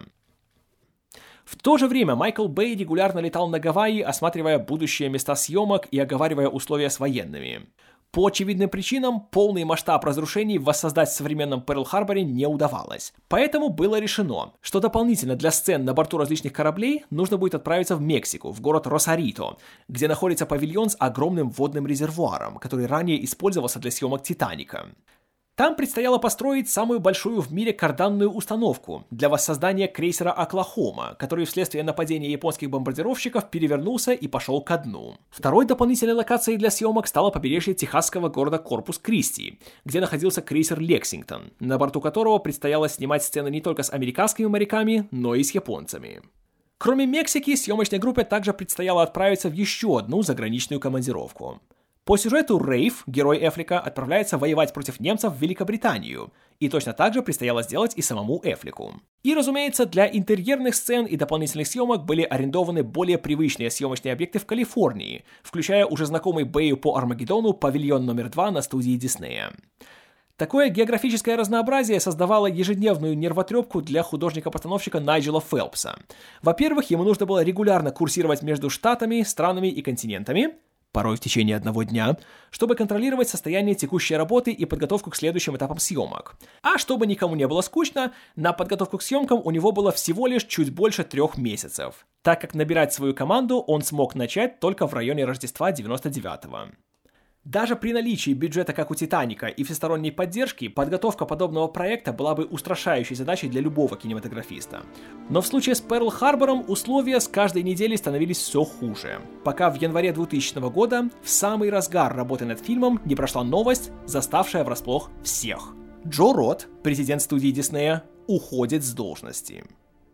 Speaker 1: В то же время Майкл Бэй регулярно летал на Гавайи, осматривая будущие места съемок и оговаривая условия с военными. По очевидным причинам, полный масштаб разрушений воссоздать в современном Перл-Харборе не удавалось. Поэтому было решено, что дополнительно для сцен на борту различных кораблей нужно будет отправиться в Мексику, в город Росарито, где находится павильон с огромным водным резервуаром, который ранее использовался для съемок «Титаника». Там предстояло построить самую большую в мире карданную установку для воссоздания крейсера «Оклахома», который вследствие нападения японских бомбардировщиков перевернулся и пошел ко дну. Второй дополнительной локацией для съемок стало побережье техасского города Корпус-Кристи, где находился крейсер «Лексингтон», на борту которого предстояло снимать сцены не только с американскими моряками, но и с японцами. Кроме Мексики, съемочной группе также предстояло отправиться в еще одну заграничную командировку. По сюжету Рейф, герой Эфлика, отправляется воевать против немцев в Великобританию, и точно так же предстояло сделать и самому Эфлику. И, разумеется, для интерьерных сцен и дополнительных съемок были арендованы более привычные съемочные объекты в Калифорнии, включая уже знакомый Бэю по Армагеддону павильон номер два на студии Диснея. Такое географическое разнообразие создавало ежедневную нервотрепку для художника-постановщика Найджела Фелпса. Во-первых, ему нужно было регулярно курсировать между штатами, странами и континентами, порой в течение одного дня, чтобы контролировать состояние текущей работы и подготовку к следующим этапам съемок. А чтобы никому не было скучно, на подготовку к съемкам у него было всего лишь чуть больше трех месяцев, так как набирать свою команду он смог начать только в районе Рождества девяносто девятого. Даже при наличии бюджета, как у «Титаника», и всесторонней поддержки, подготовка подобного проекта была бы устрашающей задачей для любого кинематографиста. Но в случае с Перл-Харбором условия с каждой неделей становились все хуже, пока в январе двухтысячного года, в самый разгар работы над фильмом, не прошла новость, заставшая врасплох всех. Джо Рот, президент студии Диснея, уходит с должности.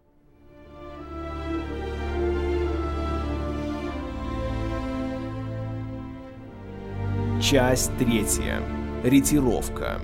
Speaker 1: Часть третья. Ретировка.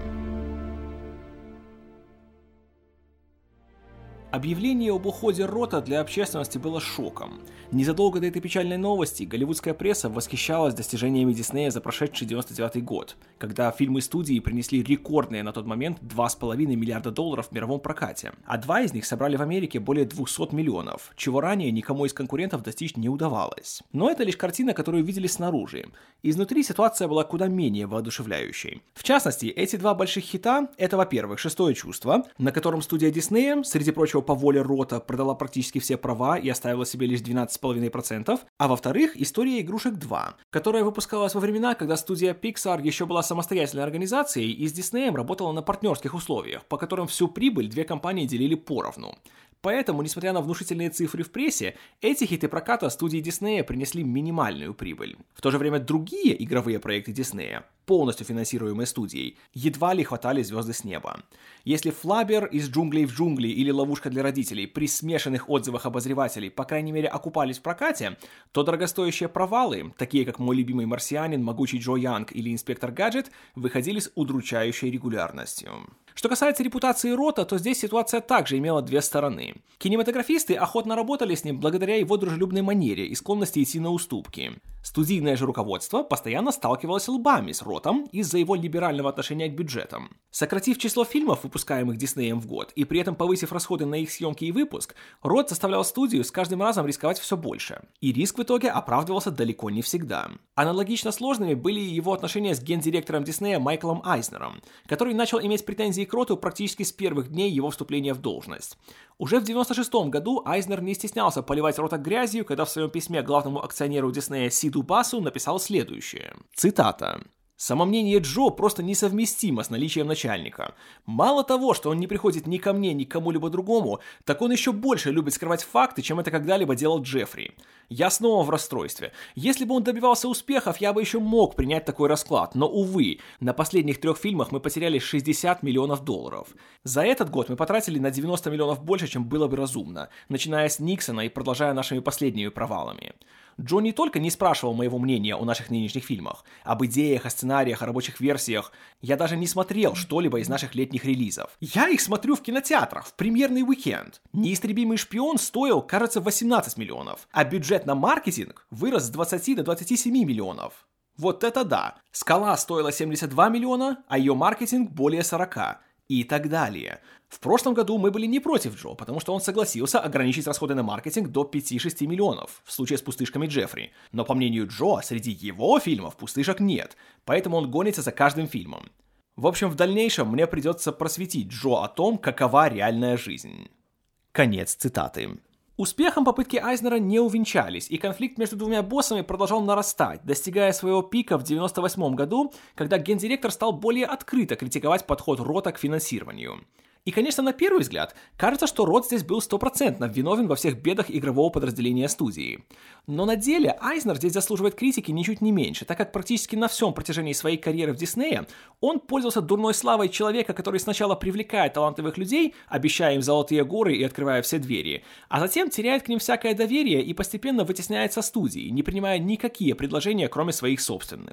Speaker 1: Объявление об уходе Рота для общественности было шоком. Незадолго до этой печальной новости голливудская пресса восхищалась достижениями Диснея за прошедший девяносто девятый год, когда фильмы студии принесли рекордные на тот момент два с половиной миллиарда долларов в мировом прокате, а два из них собрали в Америке более двухсот миллионов, чего ранее никому из конкурентов достичь не удавалось. Но это лишь картина, которую видели снаружи. Изнутри ситуация была куда менее воодушевляющей. В частности, эти два больших хита — это, во-первых, «Шестое чувство», на котором студия Диснея, среди прочего по воле Рота, продала практически все права и оставила себе лишь двенадцать целых пять десятых процента, а во-вторых, «История игрушек два», которая выпускалась во времена, когда студия Pixar еще была самостоятельной организацией и с Диснеем работала на партнерских условиях, по которым всю прибыль две компании делили поровну. Поэтому, несмотря на внушительные цифры в прессе, эти хиты проката студии Диснея принесли минимальную прибыль. В то же время другие игровые проекты Диснея, полностью финансируемые студией, едва ли хватали звезды с неба. Если «Флаббер», «Из джунглей в джунгли» или «Ловушка для родителей» при смешанных отзывах обозревателей, по крайней мере, окупались в прокате, то дорогостоящие провалы, такие как «Мой любимый марсианин», «Могучий Джо Янг» или «Инспектор Гаджет», выходили с удручающей регулярностью. Что касается репутации Рота, то здесь ситуация также имела две стороны. Кинематографисты охотно работали с ним благодаря его дружелюбной манере и склонности идти на уступки. Студийное же руководство постоянно сталкивалось лбами с Ротом из-за его либерального отношения к бюджетам. Сократив число фильмов, выпускаемых Диснеем в год, и при этом повысив расходы на их съемки и выпуск, Рот заставлял студию с каждым разом рисковать все больше. И риск в итоге оправдывался далеко не всегда. Аналогично сложными были его отношения с гендиректором Диснея Майклом Айзнером, который начал иметь претензии к Роту практически с первых дней его вступления в должность. Уже в девяносто шестом году Айзнер не стеснялся поливать Рота грязью, когда в своем письме главному акционеру Диснея Сиду Басу написал следующее. Цитата. «Самомнение Джо просто несовместимо с наличием начальника. Мало того, что он не приходит ни ко мне, ни к кому-либо другому, так он еще больше любит скрывать факты, чем это когда-либо делал Джеффри. Я снова в расстройстве. Если бы он добивался успехов, я бы еще мог принять такой расклад, но, увы, на последних трех фильмах мы потеряли шестьдесят миллионов долларов. За этот год мы потратили на девяносто миллионов больше, чем было бы разумно, начиная с Никсона и продолжая нашими последними провалами. Джо не только не спрашивал моего мнения о наших нынешних фильмах, об идеях, о сценариях, о рабочих версиях. Я даже не смотрел что-либо из наших летних релизов. Я их смотрю в кинотеатрах, в премьерный уикенд. «Неистребимый шпион» стоил, кажется, восемнадцать миллионов, а бюджет на маркетинг вырос с двадцати до двадцати семи миллионов. Вот это да! «Скала» стоила семьдесят два миллиона, а ее маркетинг более сорока. И так далее. В прошлом году мы были не против Джо, потому что он согласился ограничить расходы на маркетинг до пяти-шести миллионов, в случае с «Пустышками Джеффри». Но по мнению Джо, среди его фильмов пустышек нет, поэтому он гонится за каждым фильмом. В общем, в дальнейшем мне придется просветить Джо о том, какова реальная жизнь. Конец цитаты. Успехом попытки Айзнера не увенчались, и конфликт между двумя боссами продолжал нарастать, достигая своего пика в девяносто восьмом году, когда гендиректор стал более открыто критиковать подход Рота к финансированию. И, конечно, на первый взгляд, кажется, что Рот здесь был стопроцентно виновен во всех бедах игрового подразделения студии. Но на деле Айзнер здесь заслуживает критики ничуть не меньше, так как практически на всем протяжении своей карьеры в Диснее он пользовался дурной славой человека, который сначала привлекает талантливых людей, обещая им золотые горы и открывая все двери, а затем теряет к ним всякое доверие и постепенно вытесняет со студии, не принимая никакие предложения, кроме своих собственных.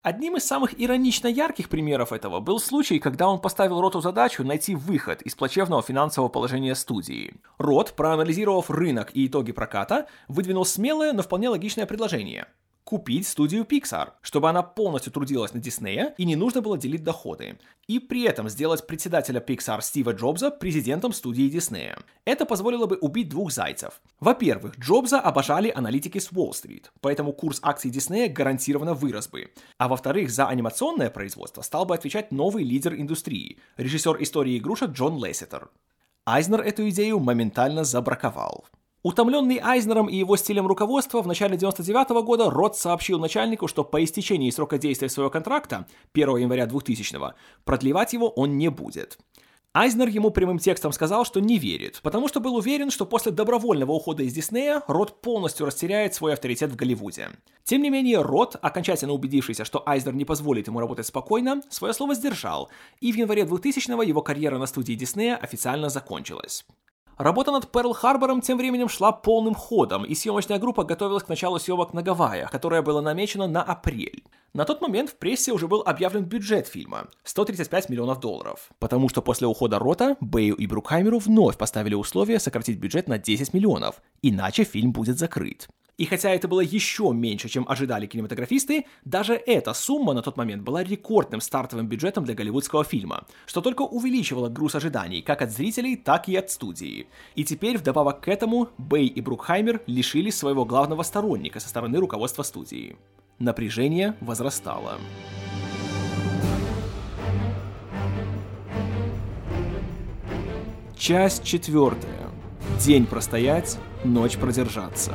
Speaker 1: Одним из самых иронично ярких примеров этого был случай, когда он поставил Роту задачу найти выход из плачевного финансового положения студии. Рот, проанализировав рынок и итоги проката, выдвинул смелое, но вполне логичное предложение – купить студию Pixar, чтобы она полностью трудилась на Диснея и не нужно было делить доходы, и при этом сделать председателя Pixar Стива Джобса президентом студии Диснея. Это позволило бы убить двух зайцев. Во-первых, Джобса обожали аналитики с Уолл-стрит, поэтому курс акций Диснея гарантированно вырос бы. А во-вторых, за анимационное производство стал бы отвечать новый лидер индустрии, режиссер истории игрушек Джон Лессетер. Айзнер эту идею моментально забраковал. Утомленный Айзнером и его стилем руководства, в начале девяносто девятого года Рот сообщил начальнику, что по истечении срока действия своего контракта, первого января двухтысячного, продлевать его он не будет. Айзнер ему прямым текстом сказал, что не верит, потому что был уверен, что после добровольного ухода из Диснея Рот полностью растеряет свой авторитет в Голливуде. Тем не менее, Рот, окончательно убедившийся, что Айзнер не позволит ему работать спокойно, свое слово сдержал, и в январе двухтысячного его карьера на студии Диснея официально закончилась. Работа над Перл-Харбором тем временем шла полным ходом, и съемочная группа готовилась к началу съемок на Гавайях, которое было намечено на апрель. На тот момент в прессе уже был объявлен бюджет фильма – сто тридцать пять миллионов долларов. Потому что после ухода Рота Бэю и Брукхаймеру вновь поставили условие сократить бюджет на десять миллионов, иначе фильм будет закрыт. И хотя это было еще меньше, чем ожидали кинематографисты, даже эта сумма на тот момент была рекордным стартовым бюджетом для голливудского фильма, что только увеличивало груз ожиданий как от зрителей, так и от студии. И теперь, вдобавок к этому, Бэй и Брукхаймер лишились своего главного сторонника со стороны руководства студии. Напряжение возрастало. Часть четвертая. День простоять, ночь продержаться.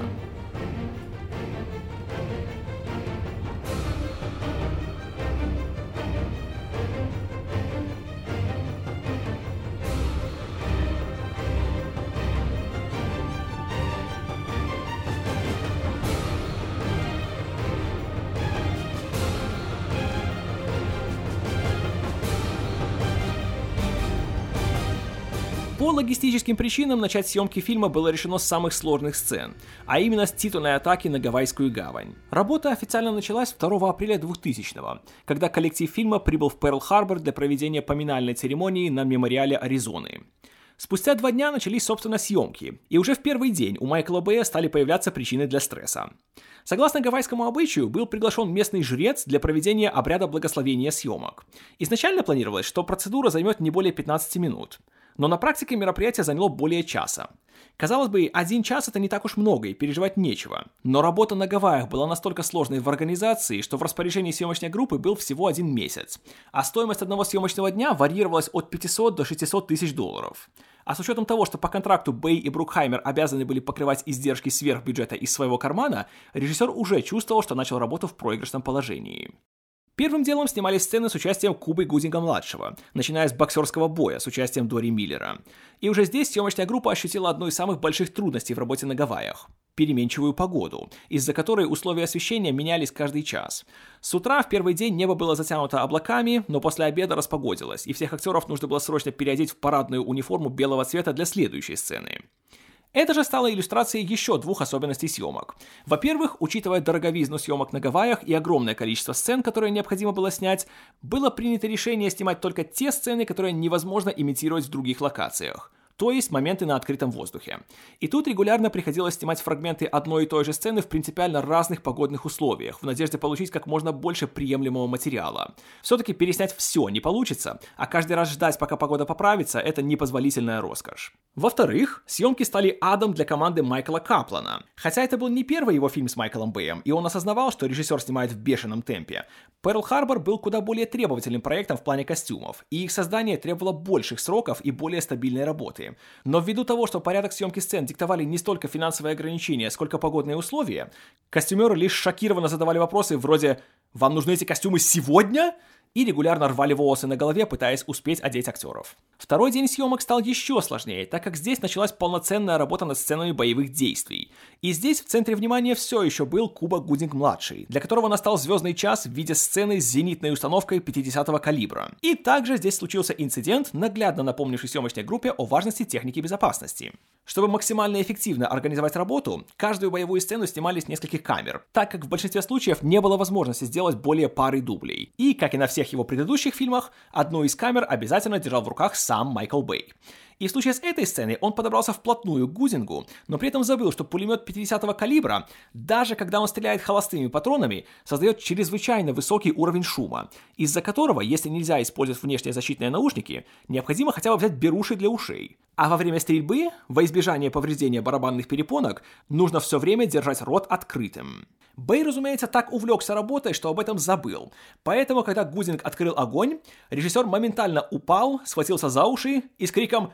Speaker 1: По логистическим причинам начать съемки фильма было решено с самых сложных сцен, а именно с титульной атаки на Гавайскую гавань. Работа официально началась второго апреля двухтысячного, когда коллектив фильма прибыл в Перл-Харбор для проведения поминальной церемонии на мемориале Аризоны. Спустя два дня начались, собственно, съемки, и уже в первый день у Майкла Бэя стали появляться причины для стресса. Согласно гавайскому обычаю, был приглашен местный жрец для проведения обряда благословения съемок. Изначально планировалось, что процедура займет не более пятнадцати минут. Но на практике мероприятие заняло более часа. Казалось бы, один час это не так уж много и переживать нечего. Но работа на Гавайях была настолько сложной в организации, что в распоряжении съемочной группы был всего один месяц. А стоимость одного съемочного дня варьировалась от пятисот до шестисот тысяч долларов. А с учетом того, что по контракту Бэй и Брукхаймер обязаны были покрывать издержки сверхбюджета из своего кармана, режиссер уже чувствовал, что начал работу в проигрышном положении. Первым делом снимались сцены с участием Кубы Гудинга-младшего, начиная с боксерского боя с участием Дори Миллера. И уже здесь съемочная группа ощутила одну из самых больших трудностей в работе на Гавайях – переменчивую погоду, из-за которой условия освещения менялись каждый час. С утра в первый день небо было затянуто облаками, но после обеда распогодилось, и всех актеров нужно было срочно переодеть в парадную униформу белого цвета для следующей сцены. Это же стало иллюстрацией еще двух особенностей съемок. Во-первых, учитывая дороговизну съемок на Гавайях и огромное количество сцен, которые необходимо было снять, было принято решение снимать только те сцены, которые невозможно имитировать в других локациях. То есть моменты на открытом воздухе. И тут регулярно приходилось снимать фрагменты одной и той же сцены в принципиально разных погодных условиях, в надежде получить как можно больше приемлемого материала. Все-таки переснять все не получится, а каждый раз ждать, пока погода поправится, это непозволительная роскошь. Во-вторых, съемки стали адом для команды Майкла Каплана. Хотя это был не первый его фильм с Майклом Бэем, и он осознавал, что режиссер снимает в бешеном темпе. Перл-Харбор был куда более требовательным проектом в плане костюмов, и их создание требовало больших сроков и более стабильной работы. Но ввиду того, что порядок съемки сцен диктовали не столько финансовые ограничения, сколько погодные условия, костюмеры лишь шокированно задавали вопросы вроде «Вам нужны эти костюмы сегодня?» и регулярно рвали волосы на голове, пытаясь успеть одеть актеров. Второй день съемок стал еще сложнее, так как здесь началась полноценная работа над сценами боевых действий. И здесь в центре внимания все еще был Куба Гудинг-младший, для которого настал звездный час в виде сцены с зенитной установкой пятидесятого калибра. И также здесь случился инцидент, наглядно напомнивший съемочной группе о важности техники безопасности. Чтобы максимально эффективно организовать работу, каждую боевую сцену снимали с нескольких камер, так как в большинстве случаев не было возможности сделать более пары дублей. И, как и на всех его предыдущих фильмах, одну из камер обязательно держал в руках сам Майкл Бэй. И в случае с этой сценой он подобрался вплотную к Гудингу, но при этом забыл, что пулемет пятидесятого калибра, даже когда он стреляет холостыми патронами, создает чрезвычайно высокий уровень шума, из-за которого, если нельзя использовать внешние защитные наушники, необходимо хотя бы взять беруши для ушей. А во время стрельбы, во избежание повреждения барабанных перепонок, нужно все время держать рот открытым. Бэй, разумеется, так увлекся работой, что об этом забыл. Поэтому, когда Гудинг открыл огонь, режиссер моментально упал, схватился за уши и с криком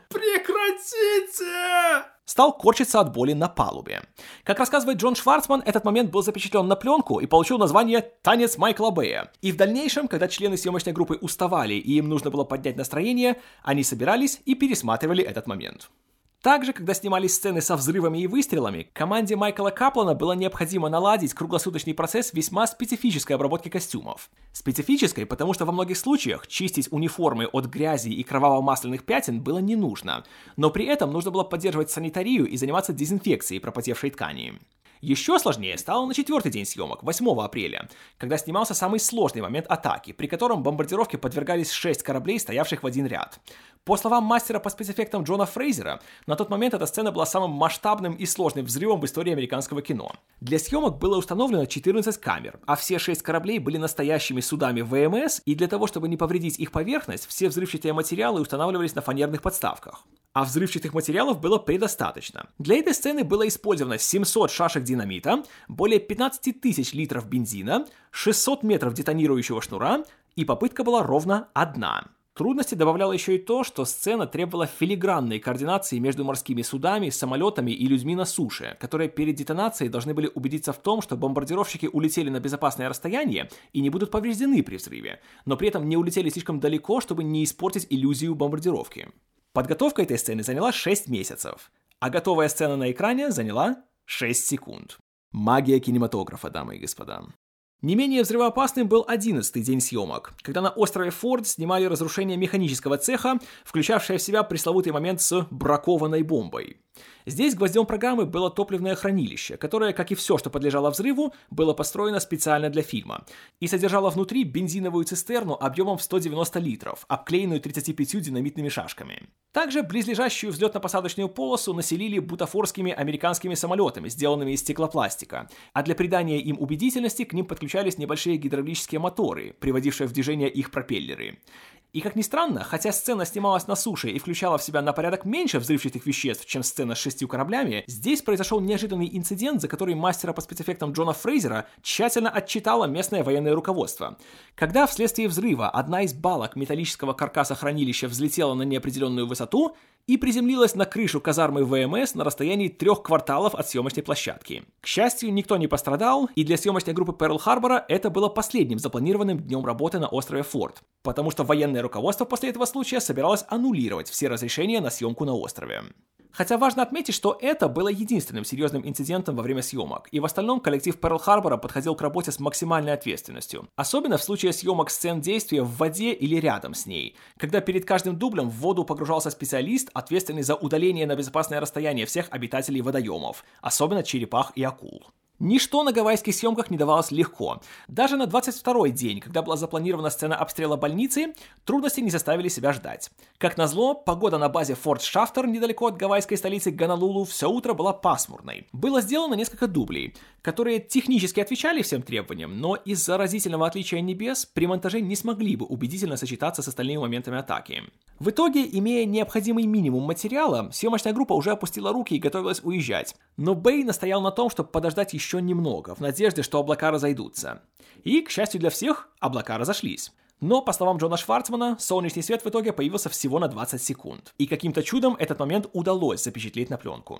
Speaker 1: «Прекратите!» стал корчиться от боли на палубе. Как рассказывает Джон Шварцман, этот момент был запечатлен на пленку и получил название «Танец Майкла Бэя». И в дальнейшем, когда члены съемочной группы уставали и им нужно было поднять настроение, они собирались и пересматривали этот момент. Также, когда снимались сцены со взрывами и выстрелами, команде Майкла Каплана было необходимо наладить круглосуточный процесс весьма специфической обработки костюмов. Специфической, потому что во многих случаях чистить униформы от грязи и кроваво-масляных пятен было не нужно, но при этом нужно было поддерживать санитарию и заниматься дезинфекцией пропотевшей ткани. Еще сложнее стало на четвертый день съемок, восьмого апреля, когда снимался самый сложный момент атаки, при котором бомбардировке подвергались шесть кораблей, стоявших в один ряд. По словам мастера по спецэффектам Джона Фрейзера, на тот момент эта сцена была самым масштабным и сложным взрывом в истории американского кино. Для съемок было установлено четырнадцать камер, а все шесть кораблей были настоящими судами ВМС, и для того, чтобы не повредить их поверхность, все взрывчатые материалы устанавливались на фанерных подставках. А взрывчатых материалов было предостаточно. Для этой сцены было использовано семьсот шашек динамита, более пятнадцать тысяч литров бензина, шестьсот метров детонирующего шнура, и попытка была ровно одна. Трудности добавляло еще и то, что сцена требовала филигранной координации между морскими судами, самолетами и людьми на суше, которые перед детонацией должны были убедиться в том, что бомбардировщики улетели на безопасное расстояние и не будут повреждены при взрыве, но при этом не улетели слишком далеко, чтобы не испортить иллюзию бомбардировки. Подготовка этой сцены заняла шесть месяцев, а готовая сцена на экране заняла шесть секунд. Магия кинематографа, дамы и господа. Не менее взрывоопасным был одиннадцатый день съемок, когда на острове Форд снимали разрушение механического цеха, включавшее в себя пресловутый момент с бракованной бомбой. Здесь гвоздем программы было топливное хранилище, которое, как и все, что подлежало взрыву, было построено специально для фильма и содержало внутри бензиновую цистерну объемом в сто девяносто литров, обклеенную тридцатью пятью динамитными шашками. Также близлежащую взлетно-посадочную полосу населили бутафорскими американскими самолетами, сделанными из стеклопластика, а для придания им убедительности к ним подключались небольшие гидравлические моторы, приводившие в движение их пропеллеры. И как ни странно, хотя сцена снималась на суше и включала в себя на порядок меньше взрывчатых веществ, чем сцена с шестью кораблями, здесь произошел неожиданный инцидент, за который мастера по спецэффектам Джона Фрейзера тщательно отчитало местное военное руководство. Когда вследствие взрыва одна из балок металлического каркаса хранилища взлетела на неопределенную высоту и приземлилась на крышу казармы ВМС на расстоянии трех кварталов от съемочной площадки. К счастью, никто не пострадал, и для съемочной группы Перл-Харбора это было последним запланированным днем работы на острове Форд, потому что военное руководство после этого случая собиралось аннулировать все разрешения на съемку на острове. Хотя важно отметить, что это было единственным серьезным инцидентом во время съемок, и в остальном коллектив Перл-Харбора подходил к работе с максимальной ответственностью. Особенно в случае съемок сцен действия в воде или рядом с ней, когда перед каждым дублем в воду погружался специалист, ответственный за удаление на безопасное расстояние всех обитателей водоемов, особенно черепах и акул. Ничто на гавайских съемках не давалось легко. Даже на двадцать второй день, когда была запланирована сцена обстрела больницы, трудности не заставили себя ждать. Как назло, погода на базе Форт Шафтер, недалеко от гавайской столицы Гонолулу, все утро была пасмурной. Было сделано несколько дублей, которые технически отвечали всем требованиям, но из-за разительного отличия небес при монтаже не смогли бы убедительно сочетаться с остальными моментами атаки. В итоге, имея необходимый минимум материала, съемочная группа уже опустила руки и готовилась уезжать. Но Бэй настоял на том, чтобы подождать еще немного, в надежде, что облака разойдутся. И, к счастью для всех, облака разошлись. Но, по словам Джона Шварцмана, солнечный свет в итоге появился всего на двадцать секунд. И каким-то чудом этот момент удалось запечатлеть на пленку.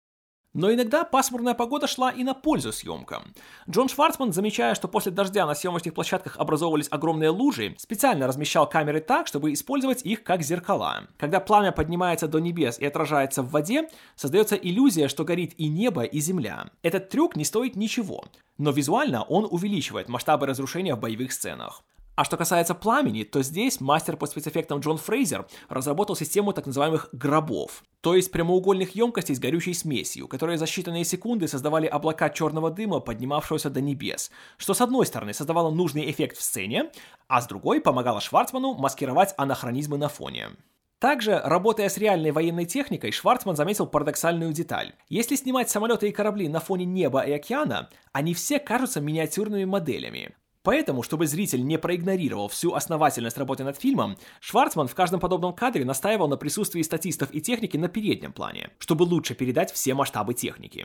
Speaker 1: Но иногда пасмурная погода шла и на пользу съемкам. Джон Шварцман, замечая, что после дождя на съемочных площадках образовывались огромные лужи, специально размещал камеры так, чтобы использовать их как зеркала. Когда пламя поднимается до небес и отражается в воде, создается иллюзия, что горит и небо, и земля. Этот трюк не стоит ничего, но визуально он увеличивает масштабы разрушения в боевых сценах. А что касается пламени, то здесь мастер по спецэффектам Джон Фрейзер разработал систему так называемых гробов, то есть прямоугольных емкостей с горючей смесью, которые за считанные секунды создавали облака черного дыма, поднимавшегося до небес, что с одной стороны создавало нужный эффект в сцене, а с другой помогало Шварцману маскировать анахронизмы на фоне. Также, работая с реальной военной техникой, Шварцман заметил парадоксальную деталь. Если снимать самолеты и корабли на фоне неба и океана, они все кажутся миниатюрными моделями. Поэтому, чтобы зритель не проигнорировал всю основательность работы над фильмом, Шварцман в каждом подобном кадре настаивал на присутствии статистов и техники на переднем плане, чтобы лучше передать все масштабы техники.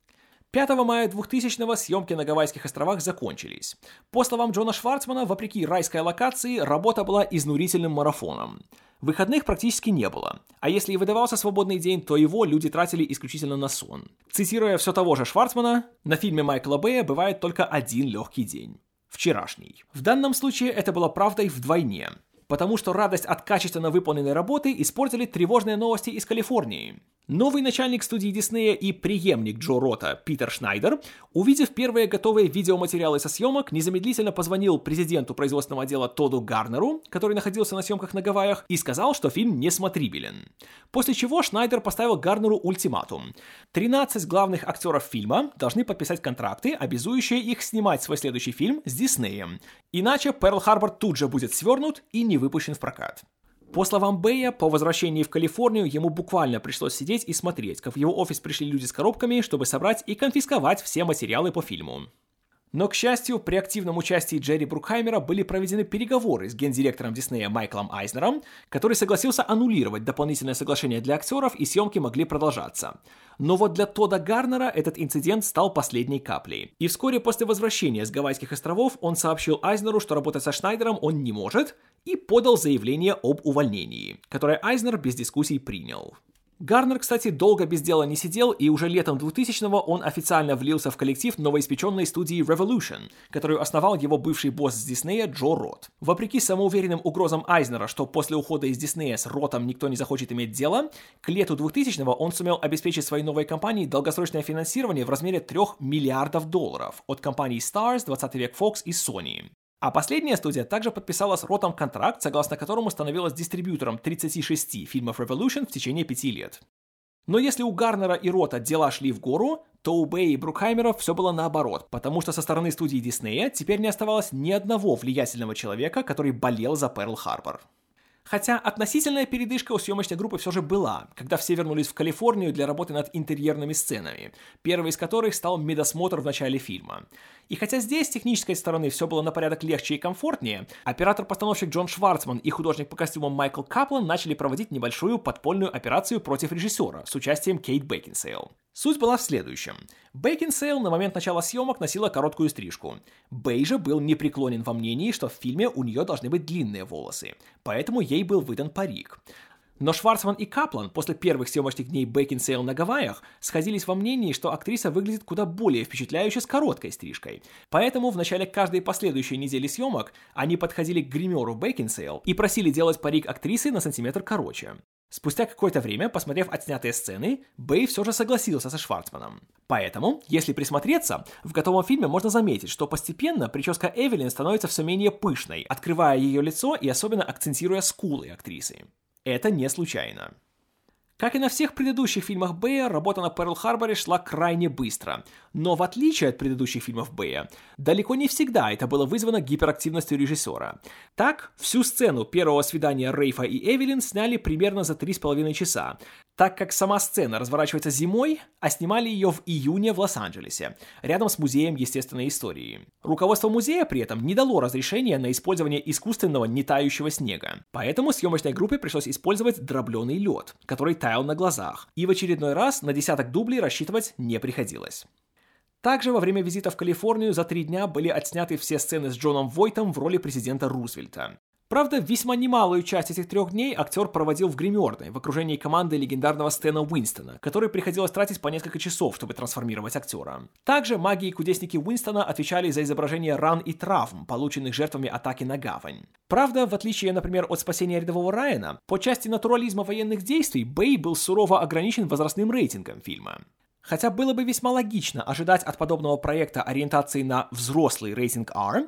Speaker 1: пятого мая двухтысячного съемки на Гавайских островах закончились. По словам Джона Шварцмана, вопреки райской локации, работа была изнурительным марафоном. Выходных практически не было, а если и выдавался свободный день, то его люди тратили исключительно на сон. Цитируя все того же Шварцмана, на фильме Майкла Бэя бывает только один легкий день. Вчерашний. В данном случае это было правдой вдвойне, потому что радость от качественно выполненной работы испортили тревожные новости из Калифорнии. Новый начальник студии Диснея и преемник Джо Рота Питер Шнайдер, увидев первые готовые видеоматериалы со съемок, незамедлительно позвонил президенту производственного отдела Тодду Гарнеру, который находился на съемках на Гавайях, и сказал, что фильм несмотрибелен. После чего Шнайдер поставил Гарнеру ультиматум. тринадцать главных актеров фильма должны подписать контракты, обязующие их снимать свой следующий фильм с Диснеем. Иначе Перл-Харбор тут же будет свернут и не выпущен в прокат. По словам Бэя, по возвращении в Калифорнию ему буквально пришлось сидеть и смотреть, как в его офис пришли люди с коробками, чтобы собрать и конфисковать все материалы по фильму. Но, к счастью, при активном участии Джерри Брукхаймера были проведены переговоры с гендиректором Диснея Майклом Айзнером, который согласился аннулировать дополнительное соглашение для актеров, и съемки могли продолжаться. Но вот для Тодда Гарнера этот инцидент стал последней каплей. И вскоре после возвращения с Гавайских островов он сообщил Айзнеру, что работать со Шнайдером он не может, и подал заявление об увольнении, которое Айзнер без дискуссий принял. Гарнер, кстати, долго без дела не сидел, и уже летом двухтысячного он официально влился в коллектив новоиспеченной студии Revolution, которую основал его бывший босс с Диснея Джо Рот. Вопреки самоуверенным угрозам Айзнера, что после ухода из Диснея с Ротом никто не захочет иметь дело, к лету двухтысячного он сумел обеспечить своей новой компании долгосрочное финансирование в размере трех миллиардов долларов от компаний Starz, двадцатый век Fox и Sony. А последняя студия также подписала с Ротом контракт, согласно которому становилась дистрибьютором тридцати шести фильмов Revolution в течение пяти лет. Но если у Гарнера и Рота дела шли в гору, то у Бэя и Брукхаймера все было наоборот, потому что со стороны студии Диснея теперь не оставалось ни одного влиятельного человека, который болел за Перл-Харбор. Хотя относительная передышка у съемочной группы все же была, когда все вернулись в Калифорнию для работы над интерьерными сценами, первой из которых стал медосмотр в начале фильма. И хотя здесь с технической стороны все было на порядок легче и комфортнее, оператор-постановщик Джон Шварцман и художник по костюмам Майкл Каплан начали проводить небольшую подпольную операцию против режиссера с участием Кейт Бекинсейл. Суть была в следующем. Бекинсейл на момент начала съемок носила короткую стрижку. Бэй же был непреклонен во мнении, что в фильме у нее должны быть длинные волосы, поэтому ей был выдан парик. Но Шварцман и Каплан после первых съемочных дней Бекинсейл на Гавайях сходились во мнении, что актриса выглядит куда более впечатляюще с короткой стрижкой. Поэтому в начале каждой последующей недели съемок они подходили к гримеру Бекинсейл и просили делать парик актрисы на сантиметр короче. Спустя какое-то время, посмотрев отснятые сцены, Бэй все же согласился со Шварцманом. Поэтому, если присмотреться, в готовом фильме можно заметить, что постепенно прическа Эвелин становится все менее пышной, открывая ее лицо и особенно акцентируя скулы актрисы. Это не случайно. Как и на всех предыдущих фильмах Бэя, работа на Перл-Харборе шла крайне быстро. Но в отличие от предыдущих фильмов Бэя, далеко не всегда это было вызвано гиперактивностью режиссера. Так, всю сцену первого свидания Рейфа и Эвелин сняли примерно за три с половиной часа, так как сама сцена разворачивается зимой, а снимали ее в июне в Лос-Анджелесе, рядом с Музеем естественной истории. Руководство музея при этом не дало разрешения на использование искусственного нетающего снега, поэтому съемочной группе пришлось использовать дробленый лед, который таял на глазах, и в очередной раз на десяток дублей рассчитывать не приходилось. Также во время визита в Калифорнию за три дня были отсняты все сцены с Джоном Войтом в роли президента Рузвельта. Правда, весьма немалую часть этих трех дней актер проводил в гримерной, в окружении команды легендарного Стэна Уинстона, который приходилось тратить по несколько часов, чтобы трансформировать актера. Также маги и кудесники Уинстона отвечали за изображение ран и травм, полученных жертвами атаки на гавань. Правда, в отличие, например, от спасения рядового Райана, по части натурализма военных действий Бэй был сурово ограничен возрастным рейтингом фильма. Хотя было бы весьма логично ожидать от подобного проекта ориентации на взрослый рейтинг ар,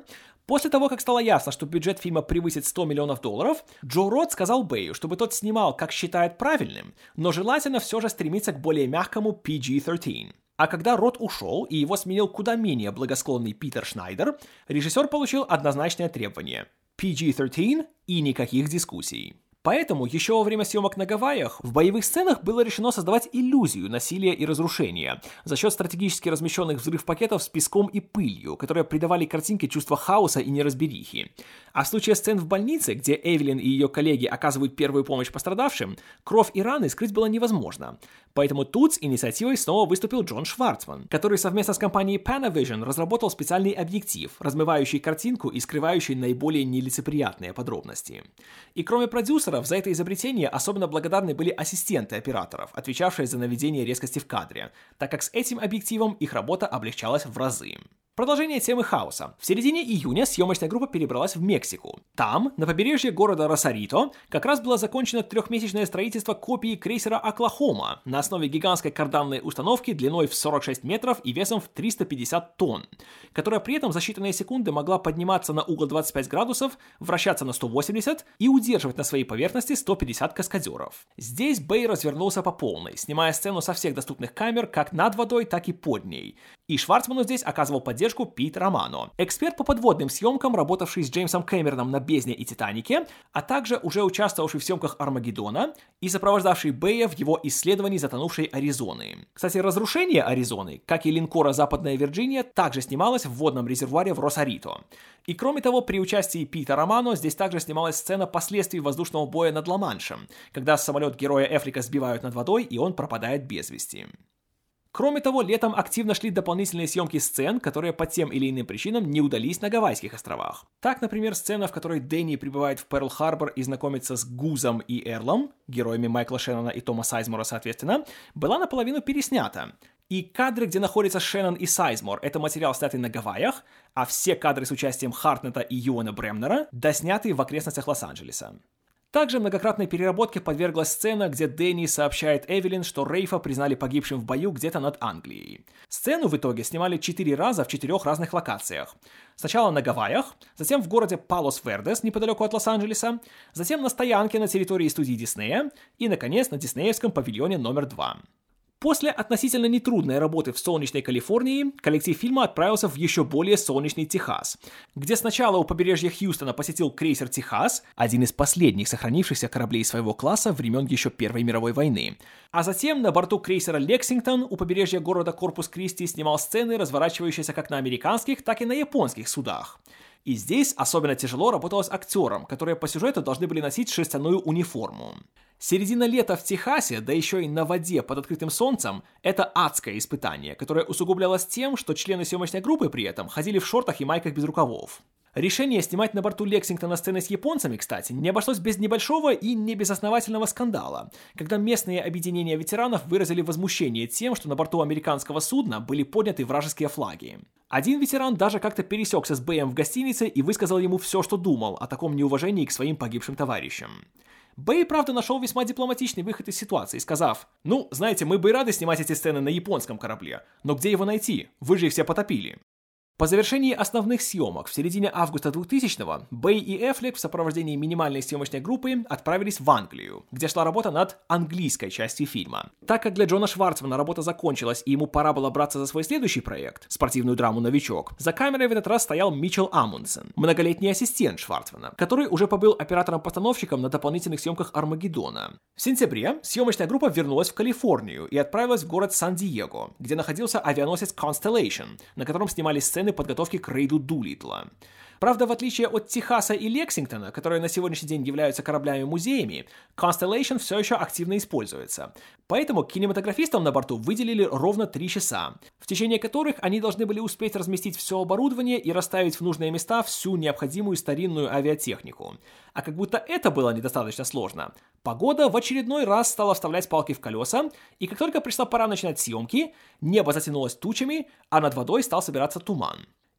Speaker 1: После того, как стало ясно, что бюджет фильма превысит сто миллионов долларов, Джо Рот сказал Бэю, чтобы тот снимал, как считает правильным, но желательно все же стремиться к более мягкому пи джи тринадцать. А когда Рот ушел и его сменил куда менее благосклонный Питер Шнайдер, режиссер получил однозначное требование – пи джи тринадцать и никаких дискуссий. Поэтому еще во время съемок на Гавайях в боевых сценах было решено создавать иллюзию насилия и разрушения за счет стратегически размещенных взрыв-пакетов с песком и пылью, которые придавали картинке чувство хаоса и неразберихи. А в случае сцен в больнице, где Эвелин и ее коллеги оказывают первую помощь пострадавшим, кровь и раны скрыть было невозможно. Поэтому тут с инициативой снова выступил Джон Шварцман, который совместно с компанией Panavision разработал специальный объектив, размывающий картинку и скрывающий наиболее нелицеприятные подробности. И кроме продюсера, за это изобретение особенно благодарны были ассистенты операторов, отвечавшие за наведение резкости в кадре, так как с этим объективом их работа облегчалась в разы. Продолжение темы хаоса. В середине июня съемочная группа перебралась в Мексику. Там, на побережье города Росарито, как раз было закончено трехмесячное строительство копии крейсера «Оклахома» на основе гигантской карданной установки длиной в сорок шесть метров и весом в триста пятьдесят тонн, которая при этом за считанные секунды могла подниматься на угол двадцать пять градусов, вращаться на сто восемьдесят и удерживать на своей поверхности сто пятьдесят каскадеров. Здесь Бэй развернулся по полной, снимая сцену со всех доступных камер как над водой, так и под ней. И Шварцману здесь оказывал поддержку Пит Романо, эксперт по подводным съемкам, работавший с Джеймсом Кэмероном на «Бездне» и «Титанике», а также уже участвовавший в съемках «Армагеддона» и сопровождавший Бэя в его исследовании затонувшей Аризоны. Кстати, разрушение Аризоны, как и линкора «Западная Вирджиния», также снималось в водном резервуаре в Росарито. И кроме того, при участии Пита Романо здесь также снималась сцена последствий воздушного боя над Ла-Маншем, когда самолет героя Эфлика сбивают над водой, и он пропадает без вести. Кроме того, летом активно шли дополнительные съемки сцен, которые по тем или иным причинам не удались на Гавайских островах. Так, например, сцена, в которой Дэнни прибывает в Перл-Харбор и знакомится с Гузом и Эрлом, героями Майкла Шеннона и Тома Сайзмора, соответственно, была наполовину переснята. И кадры, где находятся Шеннон и Сайзмор, это материал, снятый на Гавайях, а все кадры с участием Хартнета и Юэна Бремнера досняты в окрестностях Лос-Анджелеса. Также многократной переработке подверглась сцена, где Дэнни сообщает Эвелин, что Рейфа признали погибшим в бою где-то над Англией. Сцену в итоге снимали четыре раза в четырех разных локациях. Сначала на Гавайях, затем в городе Палос-Вердес, неподалеку от Лос-Анджелеса, затем на стоянке на территории студии Диснея и, наконец, на диснеевском павильоне номер два. После относительно нетрудной работы в солнечной Калифорнии, коллектив фильма отправился в еще более солнечный Техас, где сначала у побережья Хьюстона посетил крейсер «Техас», один из последних сохранившихся кораблей своего класса времен еще Первой мировой войны, а затем на борту крейсера «Лексингтон» у побережья города Корпус-Кристи снимал сцены, разворачивающиеся как на американских, так и на японских судах. И здесь особенно тяжело работалось актерам, которые по сюжету должны были носить шерстяную униформу. Середина лета в Техасе, да еще и на воде под открытым солнцем, это адское испытание, которое усугублялось тем, что члены съемочной группы при этом ходили в шортах и майках без рукавов. Решение снимать на борту Лексингтона сцены с японцами, кстати, не обошлось без небольшого и небезосновательного скандала, когда местные объединения ветеранов выразили возмущение тем, что на борту американского судна были подняты вражеские флаги. Один ветеран даже как-то пересекся с Бэем в гостинице и высказал ему все, что думал о таком неуважении к своим погибшим товарищам. Бэй, правда, нашел весьма дипломатичный выход из ситуации, сказав: «Ну, знаете, мы бы и рады снимать эти сцены на японском корабле, но где его найти? Вы же их все потопили». По завершении основных съемок в середине августа двухтысячного Бэй и Эфлек в сопровождении минимальной съемочной группы отправились в Англию, где шла работа над английской частью фильма. Так как для Джона Шварцмана работа закончилась и ему пора было браться за свой следующий проект, спортивную драму «Новичок», за камерой в этот раз стоял Митчелл Амундсен, многолетний ассистент Шварцмана, который уже побыл оператором-постановщиком на дополнительных съемках «Армагеддона». В сентябре съемочная группа вернулась в Калифорнию и отправилась в город Сан-Диего, где находился авианосец Constellation, на котором снимались сцены подготовки к рейду Дулиттла. Правда, в отличие от Техаса и Лексингтона, которые на сегодняшний день являются кораблями-музеями, Constellation все еще активно используется. Поэтому кинематографистам на борту выделили ровно три часа, в течение которых они должны были успеть разместить все оборудование и расставить в нужные места всю необходимую старинную авиатехнику. А как будто это было недостаточно сложно, погода в очередной раз стала вставлять палки в колеса, и как только пришла пора начинать съемки, небо затянулось тучами, а над водой стал собираться туман.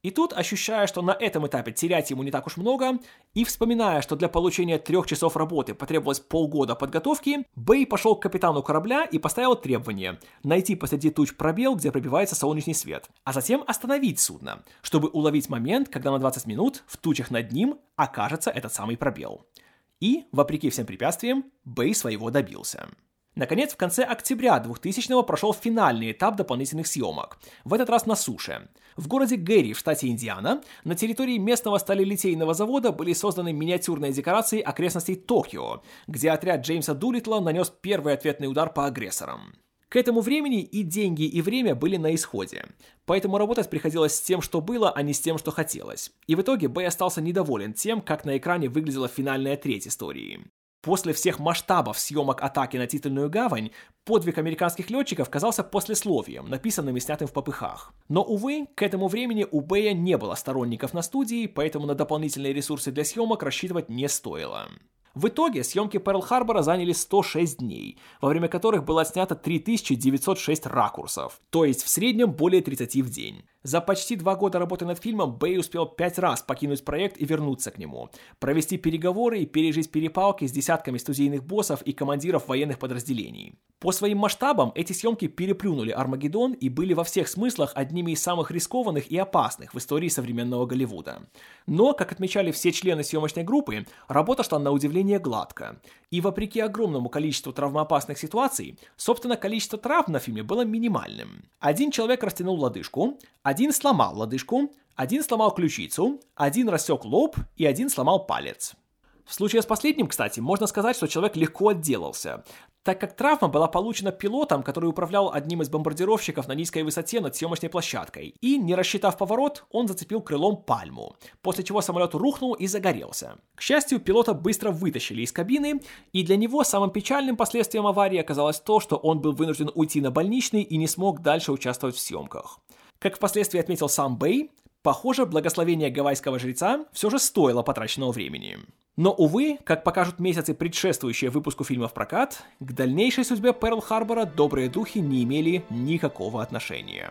Speaker 1: И тут, ощущая, что на этом этапе терять ему не так уж много, и вспоминая, что для получения трех часов работы потребовалось полгода подготовки, Бэй пошел к капитану корабля и поставил требование найти посреди туч пробел, где пробивается солнечный свет, а затем остановить судно, чтобы уловить момент, когда на двадцать минут в тучах над ним окажется этот самый пробел. И, вопреки всем препятствиям, Бэй своего добился. Наконец, в конце октября двухтысячного прошел финальный этап дополнительных съемок, в этот раз на суше. В городе Гэри в штате Индиана на территории местного сталелитейного завода были созданы миниатюрные декорации окрестностей Токио, где отряд Джеймса Дулиттла нанес первый ответный удар по агрессорам. К этому времени и деньги, и время были на исходе, поэтому работать приходилось с тем, что было, а не с тем, что хотелось. И в итоге Бэй остался недоволен тем, как на экране выглядела финальная треть истории. После всех масштабов съемок атаки на титульную гавань, подвиг американских летчиков казался послесловием, написанным и снятым в попыхах. Но, увы, к этому времени у Бэя не было сторонников на студии, поэтому на дополнительные ресурсы для съемок рассчитывать не стоило. В итоге съемки Перл-Харбора заняли сто шесть дней, во время которых было отснято три тысячи девятьсот шесть ракурсов, то есть в среднем более тридцати в день. За почти два года работы над фильмом Бэй успел пять раз покинуть проект и вернуться к нему, провести переговоры и пережить перепалки с десятками студийных боссов и командиров военных подразделений. По своим масштабам эти съемки переплюнули «Армагеддон» и были во всех смыслах одними из самых рискованных и опасных в истории современного Голливуда. Но, как отмечали все члены съемочной группы, работа шла на удивление гладко. И вопреки огромному количеству травмоопасных ситуаций, собственно, количество травм на фильме было минимальным. Один человек растянул лодыжку, один сломал лодыжку, один сломал ключицу, один рассек лоб и один сломал палец. В случае с последним, кстати, можно сказать, что человек легко отделался, так как травма была получена пилотом, который управлял одним из бомбардировщиков на низкой высоте над съемочной площадкой, и, не рассчитав поворот, он зацепил крылом пальму, после чего самолет рухнул и загорелся. К счастью, пилота быстро вытащили из кабины, и для него самым печальным последствием аварии оказалось то, что он был вынужден уйти на больничный и не смог дальше участвовать в съемках. Как впоследствии отметил сам Бэй, похоже, благословение гавайского жреца все же стоило потраченного времени. Но, увы, как покажут месяцы, предшествующие выпуску фильма в прокат, к дальнейшей судьбе Перл-Харбора добрые духи не имели никакого отношения.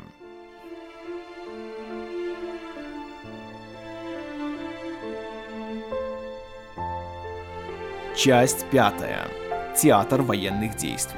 Speaker 1: Часть пятая. Театр военных действий.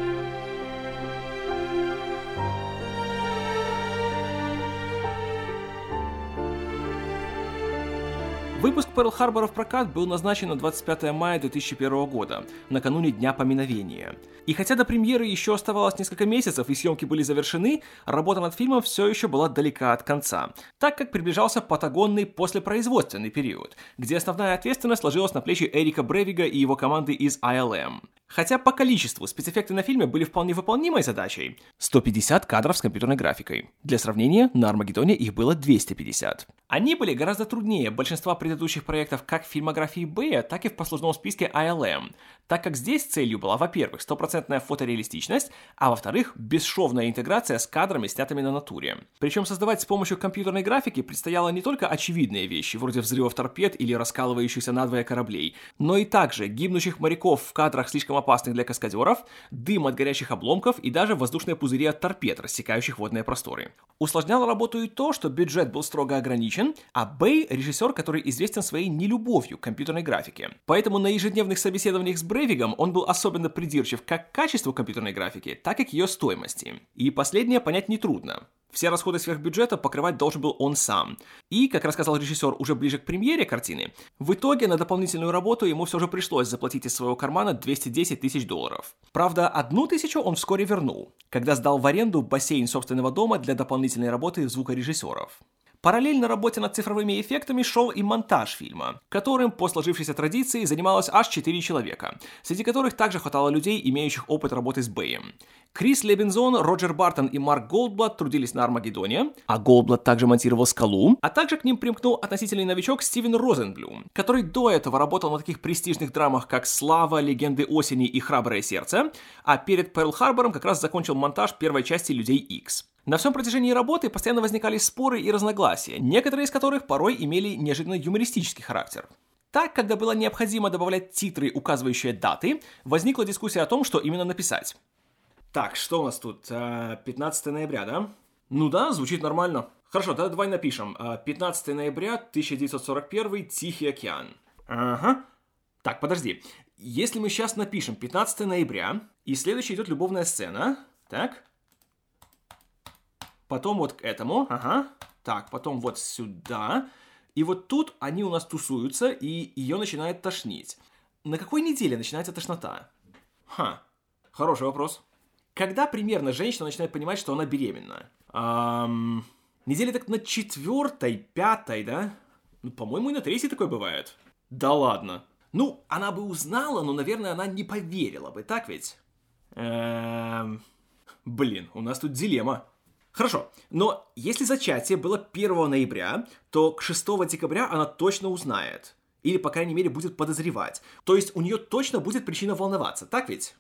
Speaker 1: Выпуск Перл-Харбора в прокат был назначен на двадцать пятое мая две тысячи первого года, накануне Дня поминовения. И хотя до премьеры еще оставалось несколько месяцев и съемки были завершены, работа над фильмом все еще была далека от конца, так как приближался патагонный послепроизводственный период, где основная ответственность ложилась на плечи Эрика Бревига и его команды из ай эл эм. Хотя по количеству спецэффекты на фильме были вполне выполнимой задачей – сто пятьдесят кадров с компьютерной графикой. Для сравнения, на «Армагеддоне» их было двести пятьдесят. Они были гораздо труднее большинства предыдущих проектов как в фильмографии Бэя, так и в послужном списке ай эл эм, так как здесь целью была, во-первых, стопроцентная фотореалистичность, а во-вторых, бесшовная интеграция с кадрами, снятыми на натуре. Причем создавать с помощью компьютерной графики предстояло не только очевидные вещи, вроде взрывов торпед или раскалывающихся надвое кораблей, но и также гибнущих моряков в кадрах слишком опасных для каскадеров, дым от горящих обломков и даже воздушные пузыри от торпед, рассекающих водные просторы. Усложняло работу и то, что бюджет был строго ограничен, а Бэй – режиссер, который известен своей нелюбовью к компьютерной графике. Поэтому на ежедневных собеседованиях с Бревигом он был особенно придирчив как к качеству компьютерной графики, так и к ее стоимости. И последнее понять нетрудно. Все расходы сверхбюджета покрывать должен был он сам. И, как рассказал режиссер уже ближе к премьере картины, в итоге на дополнительную работу ему все же пришлось заплатить из своего кармана двести десять тысяч долларов. Правда, одну тысячу он вскоре вернул, когда сдал в аренду бассейн собственного дома для дополнительной работы звукорежиссеров. Параллельно работе над цифровыми эффектами шел и монтаж фильма, которым по сложившейся традиции занималось аж четыре человека, среди которых также хватало людей, имеющих опыт работы с Бэем. Крис Лебензон, Роджер Бартон и Марк Голдблат трудились на «Армагеддоне», а Голдблат также монтировал «Скалу», а также к ним примкнул относительный новичок Стивен Розенблюм, который до этого работал на таких престижных драмах, как «Слава», «Легенды осени» и «Храброе сердце», а перед Перл-Харбором как раз закончил монтаж первой части «Людей Икс». На всем протяжении работы постоянно возникали споры и разногласия, некоторые из которых порой имели неожиданно юмористический характер. Так, когда было необходимо добавлять титры, указывающие даты, возникла дискуссия о том, что именно написать. Так, что у нас тут? пятнадцатое ноября, да? Ну да, звучит нормально. Хорошо, тогда давай напишем. пятнадцатого ноября тысяча девятьсот сорок первый, Тихий океан. Ага. Так, подожди. Если мы сейчас напишем пятнадцатого ноября, и следующая идет любовная сцена. Так. Потом вот к этому. Ага. Так, потом вот сюда. И вот тут они у нас тусуются, и ее начинает тошнить. На какой неделе начинается тошнота? Ха. Хороший вопрос. Когда примерно женщина начинает понимать, что она беременна? Эм, недели так на четвертой, пятой, да? Ну, по-моему, и на третьей такое бывает. Да ладно. Ну, она бы узнала, но, наверное, она не поверила бы, так ведь? Эм... Блин, у нас тут дилемма. Хорошо, но если зачатие было первого ноября, то к шестого декабря она точно узнает. Или, по крайней мере, будет подозревать. То есть у нее точно будет причина волноваться, так ведь?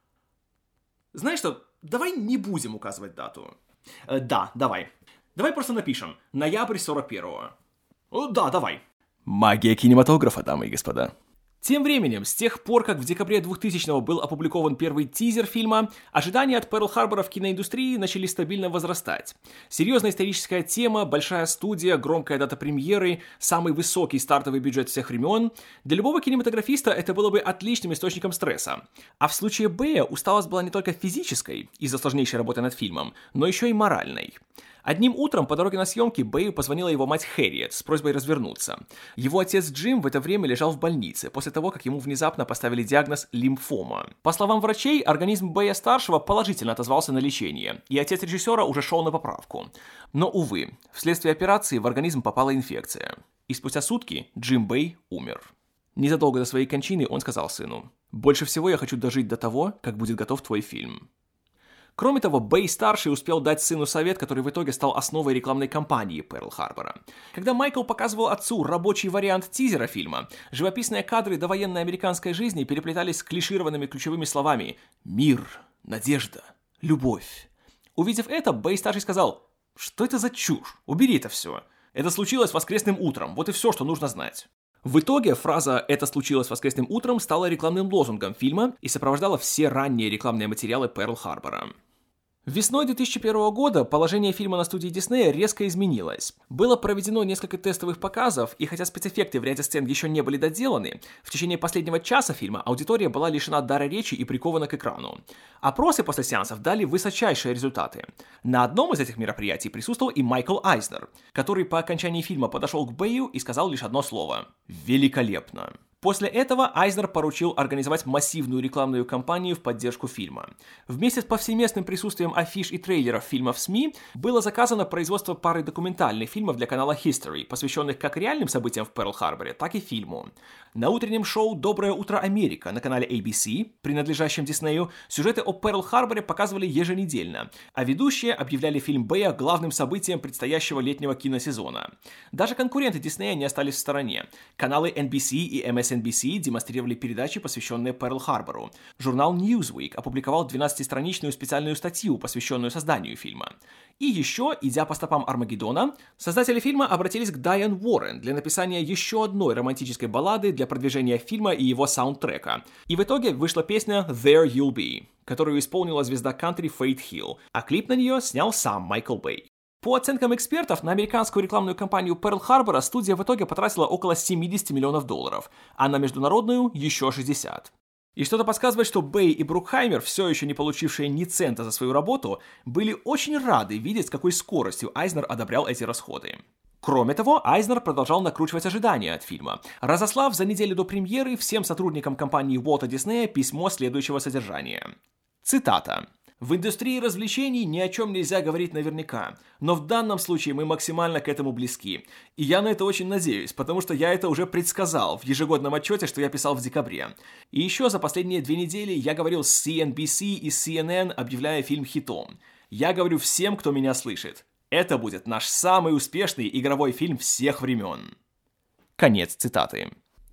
Speaker 1: Знаешь что, давай не будем указывать дату. Э, да, давай. Давай просто напишем. Ноябрь сорок первого. О, да, давай. Магия кинематографа, дамы и господа. Тем временем, с тех пор, как в декабре двухтысячного был опубликован первый тизер фильма, ожидания от Перл-Харбора в киноиндустрии начали стабильно возрастать. Серьезная историческая тема, большая студия, громкая дата премьеры, самый высокий стартовый бюджет всех времен. Для любого кинематографиста это было бы отличным источником стресса. А в случае Бэя усталость была не только физической, из-за сложнейшей работы над фильмом, но еще и моральной. Одним утром по дороге на съемки Бэю позвонила его мать Хэрриет с просьбой развернуться. Его отец Джим в это время лежал в больнице, после того, как ему внезапно поставили диагноз лимфома. По словам врачей, организм Бэя-старшего положительно отозвался на лечение, и отец режиссера уже шел на поправку. Но, увы, вследствие операции в организм попала инфекция. И спустя сутки Джим Бэй умер. Незадолго до своей кончины он сказал сыну: «Больше всего я хочу дожить до того, как будет готов твой фильм». Кроме того, Бэй-старший успел дать сыну совет, который в итоге стал основой рекламной кампании Перл-Харбора. Когда Майкл показывал отцу рабочий вариант тизера фильма, живописные кадры довоенной американской жизни переплетались с клишированными ключевыми словами «мир», «надежда», «любовь». Увидев это, Бэй-старший сказал: «Что это за чушь? Убери это все. Это случилось воскресным утром, вот и все, что нужно знать». В итоге фраза «это случилось воскресным утром» стала рекламным лозунгом фильма и сопровождала все ранние рекламные материалы Перл-Харбора. Весной две тысячи первого года положение фильма на студии Диснея резко изменилось. Было проведено несколько тестовых показов, и хотя спецэффекты в ряде сцен еще не были доделаны, в течение последнего часа фильма аудитория была лишена дара речи и прикована к экрану. Опросы после сеансов дали высочайшие результаты. На одном из этих мероприятий присутствовал и Майкл Айзнер, который по окончании фильма подошел к Бэю и сказал лишь одно слово: «Великолепно». После этого Айзнер поручил организовать массивную рекламную кампанию в поддержку фильма. Вместе с повсеместным присутствием афиш и трейлеров фильма в СМИ было заказано производство пары документальных фильмов для канала History, посвященных как реальным событиям в Перл-Харборе, так и фильму. На утреннем шоу «Доброе утро, Америка» на канале эй би си, принадлежащем Диснею, сюжеты о Перл-Харборе показывали еженедельно, а ведущие объявляли фильм Бэя главным событием предстоящего летнего киносезона. Даже конкуренты Диснея не остались в стороне. Каналы эн би си и эм эс эн би си демонстрировали передачи, посвященные Перл-Харбору. Журнал Newsweek опубликовал двенадцатистраничную специальную статью, посвященную созданию фильма. И еще, идя по стопам Армагеддона, создатели фильма обратились к Дайан Уоррен для написания еще одной романтической баллады для продвижения фильма и его саундтрека. И в итоге вышла песня «There You'll Be», которую исполнила звезда кантри Фейт Хилл, а клип на нее снял сам Майкл Бэй. По оценкам экспертов, на американскую рекламную кампанию Перл-Харбора студия в итоге потратила около семьдесят миллионов долларов, а на международную еще шестьдесят. И что-то подсказывает, что Бэй и Брукхаймер, все еще не получившие ни цента за свою работу, были очень рады видеть, с какой скоростью Айзнер одобрял эти расходы. Кроме того, Айзнер продолжал накручивать ожидания от фильма, разослав за неделю до премьеры всем сотрудникам компании Уолта Диснея письмо следующего содержания. Цитата. «В индустрии развлечений ни о чем нельзя говорить наверняка, но в данном случае мы максимально к этому близки. И я на это очень надеюсь, потому что я это уже предсказал в ежегодном отчете, что я писал в декабре. И еще за последние две недели я говорил с си эн би си и си эн эн, объявляя фильм хитом. Я говорю всем, кто меня слышит. Это будет наш самый успешный игровой фильм всех времен». Конец цитаты.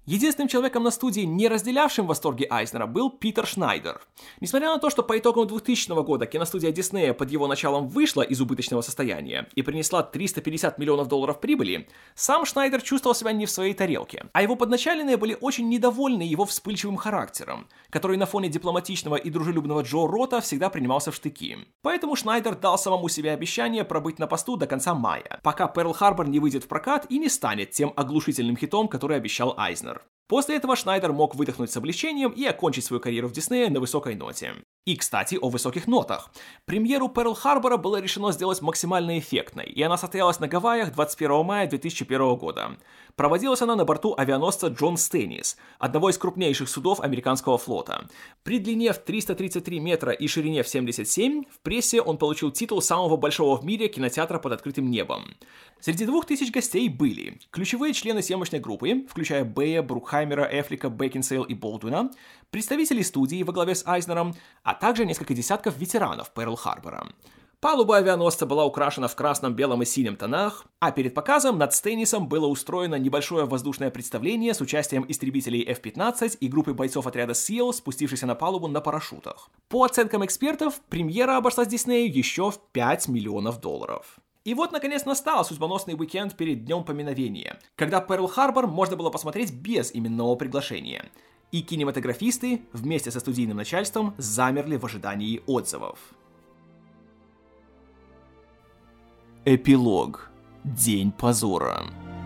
Speaker 1: Единственным человеком на студии, не разделявшим восторги Айзнера, был Питер Шнайдер. Несмотря на то, что по итогам двухтысячного года киностудия Диснея под его началом вышла из убыточного состояния и принесла триста пятьдесят миллионов долларов прибыли, сам Шнайдер чувствовал себя не в своей тарелке, а его подначаленные были очень недовольны его вспыльчивым характером, который на фоне дипломатичного и дружелюбного Джо Рота всегда принимался в штыки. Поэтому Шнайдер дал самому себе обещание пробыть на посту до конца мая, пока Перл-Харбор не выйдет в прокат и не станет тем оглушительным хитом, который обещал Айзнер. После этого Шнайдер мог выдохнуть с облегчением и окончить свою карьеру в Диснее на высокой ноте. И, кстати, о высоких нотах. Премьеру Перл-Харбора было решено сделать максимально эффектной, и она состоялась на Гавайях двадцать первого мая две тысячи первого года. Проводилась она на борту авианосца Джон Стеннис, одного из крупнейших судов американского флота. При длине в триста тридцать три метра и ширине в семьдесят семь в прессе он получил титул самого большого в мире кинотеатра под открытым небом. Среди двух тысяч гостей были ключевые члены съемочной группы, включая Бэя, Брукхаймера, Эфлика, Бекинсейл и Болдуина, представители студии во главе с Айзнером, а также несколько десятков ветеранов Перл-Харбора. Палуба авианосца была украшена в красном, белом и синем тонах, а перед показом над Стеннисом было устроено небольшое воздушное представление с участием истребителей эф пятнадцать и группы бойцов отряда сил, спустившихся на палубу на парашютах. По оценкам экспертов, премьера обошлась Диснею еще в пять миллионов долларов. И вот, наконец, настал судьбоносный уикенд перед Днем Поминовения, когда Перл-Харбор можно было посмотреть без именного приглашения. И кинематографисты вместе со студийным начальством замерли в ожидании отзывов. Эпилог. День позора.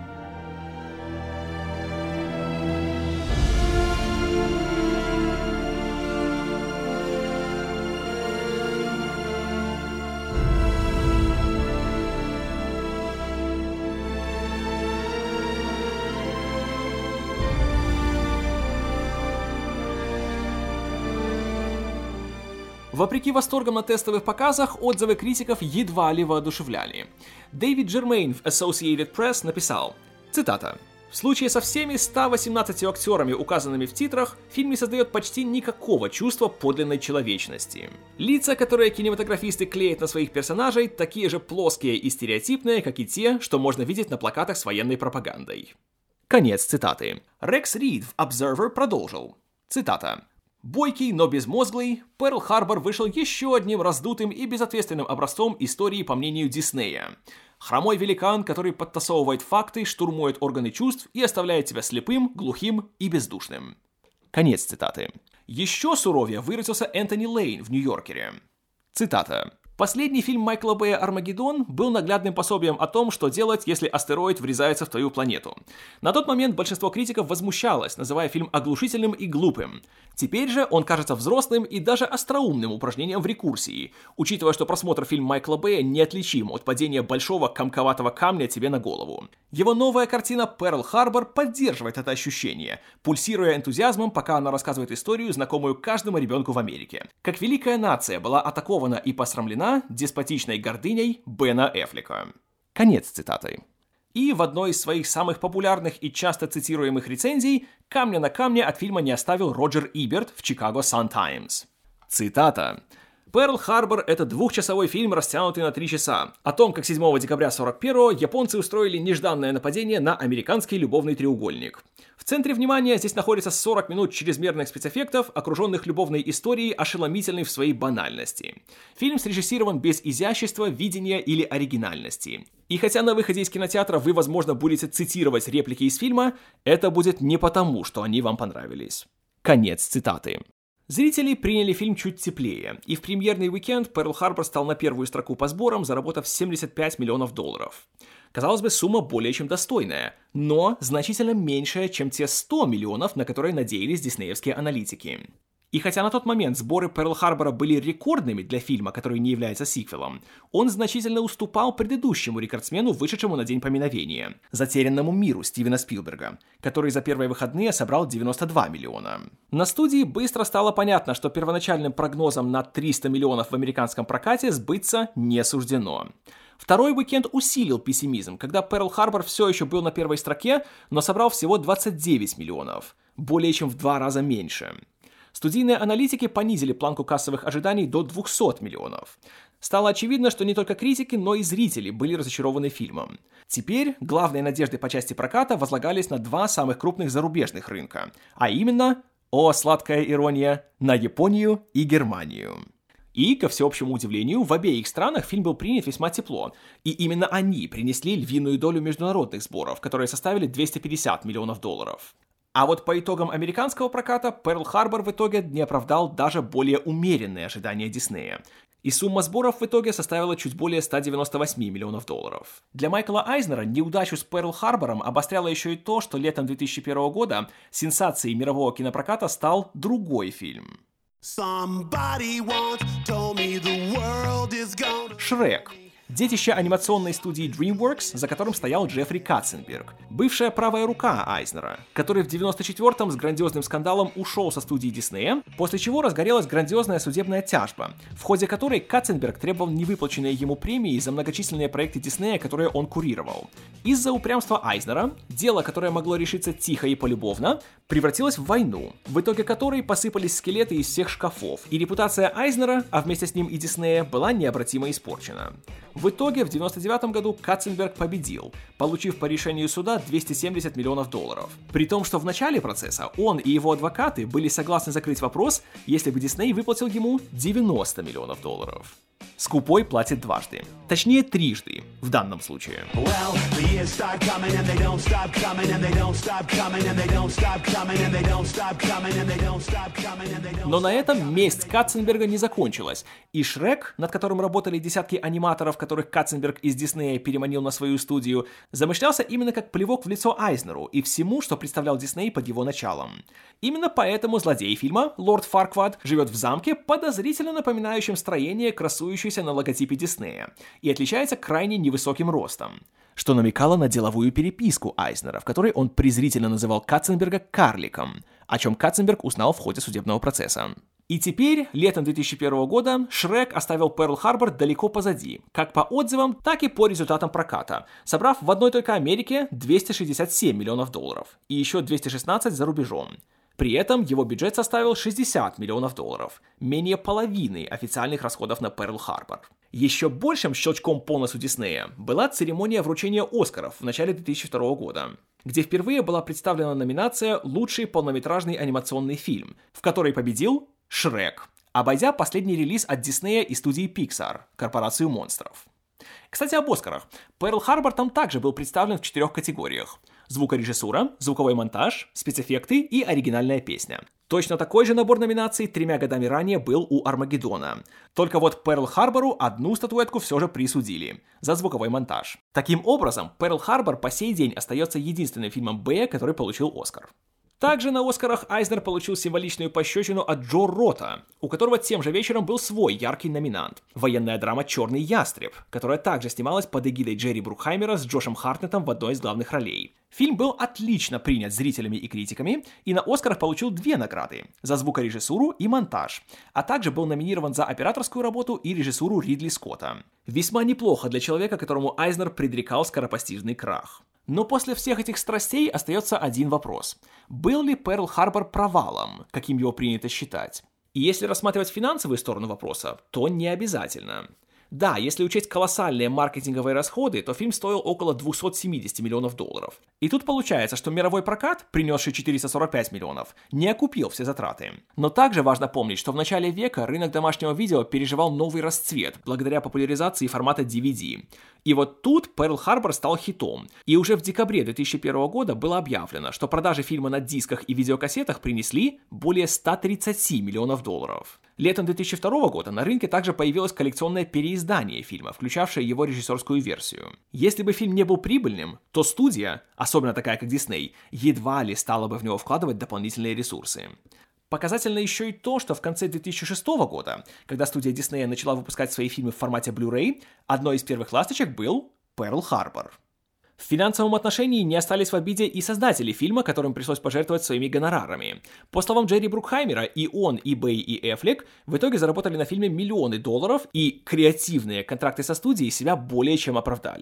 Speaker 1: Вопреки восторгам на тестовых показах, отзывы критиков едва ли воодушевляли. Дэвид Джермейн в Associated Press написал, цитата, «В случае со всеми ста восемнадцатью актерами, указанными в титрах, фильм не создает почти никакого чувства подлинной человечности. Лица, которые кинематографисты клеят на своих персонажей, такие же плоские и стереотипные, как и те, что можно видеть на плакатах с военной пропагандой». Конец цитаты. Рекс Рид в Observer продолжил, цитата, «Бойкий, но безмозглый, Перл-Харбор вышел еще одним раздутым и безответственным образцом истории по мнению Диснея. Хромой великан, который подтасовывает факты, штурмует органы чувств и оставляет тебя слепым, глухим и бездушным». Конец цитаты. Еще суровее выразился Энтони Лейн в Нью-Йоркере. Цитата. «Последний фильм Майкла Бэя «Армагеддон» был наглядным пособием о том, что делать, если астероид врезается в твою планету. На тот момент большинство критиков возмущалось, называя фильм оглушительным и глупым. Теперь же он кажется взрослым и даже остроумным упражнением в рекурсии, учитывая, что просмотр фильма Майкла Бэя неотличим от падения большого комковатого камня тебе на голову. Его новая картина «Перл-Харбор» поддерживает это ощущение, пульсируя энтузиазмом, пока она рассказывает историю, знакомую каждому ребенку в Америке. Как великая нация была атакована и посрамлена деспотичной гордыней Бена Эфлика». Конец цитаты. И в одной из своих самых популярных и часто цитируемых рецензий камня на камне от фильма не оставил Роджер Иберт в Chicago Sun-Times. Цитата. «Перл-Харбор — это двухчасовой фильм, растянутый на три часа, о том, как седьмого декабря сорок первого японцы устроили нежданное нападение на американский любовный треугольник. В центре внимания здесь находится сорок минут чрезмерных спецэффектов, окруженных любовной историей, ошеломительной в своей банальности. Фильм срежиссирован без изящества, видения или оригинальности. И хотя на выходе из кинотеатра вы, возможно, будете цитировать реплики из фильма, это будет не потому, что они вам понравились». Конец цитаты. Зрители приняли фильм чуть теплее, и в премьерный уикенд Перл-Харбор стал на первую строку по сборам, заработав семьдесят пять миллионов долларов. Казалось бы, сумма более чем достойная, но значительно меньшая, чем те сто миллионов, на которые надеялись диснеевские аналитики. И хотя на тот момент сборы Перл-Харбора были рекордными для фильма, который не является сиквелом, он значительно уступал предыдущему рекордсмену, вышедшему на День Поминовения, «Затерянному миру» Стивена Спилберга, который за первые выходные собрал девяносто два миллиона. На студии быстро стало понятно, что первоначальным прогнозом на триста миллионов в американском прокате сбыться не суждено. Второй уикенд усилил пессимизм, когда Перл-Харбор все еще был на первой строке, но собрал всего двадцать девять миллионов, более чем в два раза меньше. Студийные аналитики понизили планку кассовых ожиданий до двухсот миллионов. стало очевидно, что не только критики, но и зрители были разочарованы фильмом. Теперь главные надежды по части проката возлагались на два самых крупных зарубежных рынка, а именно, о, сладкая ирония, на Японию и Германию. И, ко всеобщему удивлению, в обеих странах фильм был принят весьма тепло, и именно они принесли львиную долю международных сборов, которые составили двести пятьдесят миллионов долларов. А вот по итогам американского проката Перл-Харбор в итоге не оправдал даже более умеренные ожидания Диснея. И сумма сборов в итоге составила чуть более ста девяноста восьми миллионов долларов. Для Майкла Айзнера неудачу с Перл-Харбором обостряло еще и то, что летом две тысячи первого года сенсацией мирового кинопроката стал другой фильм. Шрек. Детище анимационной студии DreamWorks, за которым стоял Джеффри Катценберг, бывшая правая рука Айзнера, который в девяносто четвёртом с грандиозным скандалом ушел со студии Диснея, после чего разгорелась грандиозная судебная тяжба, в ходе которой Катценберг требовал невыплаченные ему премии за многочисленные проекты Диснея, которые он курировал. Из-за упрямства Айзнера дело, которое могло решиться тихо и полюбовно, превратилось в войну, в итоге которой посыпались скелеты из всех шкафов, и репутация Айзнера, а вместе с ним и Диснея, была необратимо испорчена. В итоге в девяносто девятом году Катценберг победил, получив по решению суда двести семьдесят миллионов долларов. При том, что в начале процесса он и его адвокаты были согласны закрыть вопрос, если бы Дисней выплатил ему девяносто миллионов долларов. Скупой платит дважды. Точнее, трижды в данном случае. Но на этом месть Катценберга не закончилась, и Шрек, над которым работали десятки аниматоров, которых Катценберг из Диснея переманил на свою студию, замышлялся именно как плевок в лицо Айзнеру и всему, что представлял Дисней под его началом. Именно поэтому злодей фильма, лорд Фарквад, живет в замке, подозрительно напоминающем строение, красующееся на логотипе Диснея, и отличается крайне невысоким ростом, что намекало на деловую переписку Айзнера, в которой он презрительно называл Катценберга карликом, о чем Катценберг узнал в ходе судебного процесса. И теперь, летом две тысячи первого года, Шрек оставил Перл-Харбор далеко позади, как по отзывам, так и по результатам проката, собрав в одной только Америке двести шестьдесят семь миллионов долларов и еще двести шестнадцать за рубежом. При этом его бюджет составил шестьдесят миллионов долларов, менее половины официальных расходов на Перл-Харбор. Еще большим щелчком по носу Диснея была церемония вручения Оскаров в начале две тысячи второго года, где впервые была представлена номинация «Лучший полнометражный анимационный фильм», в которой победил Шрек, обойдя последний релиз от Диснея и студии Pixar, корпорацию монстров. Кстати, об Оскарах. Перл-Харбор там также был представлен в четырех категориях: звукорежиссура, звуковой монтаж, спецэффекты и оригинальная песня. Точно такой же набор номинаций тремя годами ранее был у Армагеддона. Только вот Перл-Харбору одну статуэтку все же присудили за звуковой монтаж. Таким образом, Перл-Харбор по сей день остается единственным фильмом Бэя, который получил Оскар. Также на Оскарах Айзнер получил символичную пощечину от Джо Рота, у которого тем же вечером был свой яркий номинант – военная драма «Черный ястреб», которая также снималась под эгидой Джерри Брукхаймера с Джошем Хартнеттом в одной из главных ролей. Фильм был отлично принят зрителями и критиками, и на Оскарах получил две награды – за звукорежиссуру и монтаж, а также был номинирован за операторскую работу и режиссуру Ридли Скотта. Весьма неплохо для человека, которому Айзнер предрекал скоропостижный крах. Но после всех этих страстей остается один вопрос. Был ли Перл-Харбор провалом, каким его принято считать? И если рассматривать финансовую сторону вопроса, то не обязательно. Да, если учесть колоссальные маркетинговые расходы, то фильм стоил около двухсот семидесяти миллионов долларов. И тут получается, что мировой прокат, принесший четыреста сорок пять миллионов, не окупил все затраты. Но также важно помнить, что в начале века рынок домашнего видео переживал новый расцвет благодаря популяризации формата ди ви ди. И вот тут Перл-Харбор стал хитом. И уже в декабре две тысячи первого года было объявлено, что продажи фильма на дисках и видеокассетах принесли более ста тридцати миллионов долларов. Летом две тысячи второго года на рынке также появилось коллекционное переиздание фильма, включавшее его режиссерскую версию. Если бы фильм не был прибыльным, то студия, особенно такая как Дисней, едва ли стала бы в него вкладывать дополнительные ресурсы. Показательно еще и то, что в конце две тысячи шестого года, когда студия Диснея начала выпускать свои фильмы в формате Blu-ray, одной из первых ласточек был Перл-Харбор. В финансовом отношении не остались в обиде и создатели фильма, которым пришлось пожертвовать своими гонорарами. По словам Джерри Брукхаймера, и он, и Бэй, и Эффлек в итоге заработали на фильме миллионы долларов, и креативные контракты со студией себя более чем оправдали.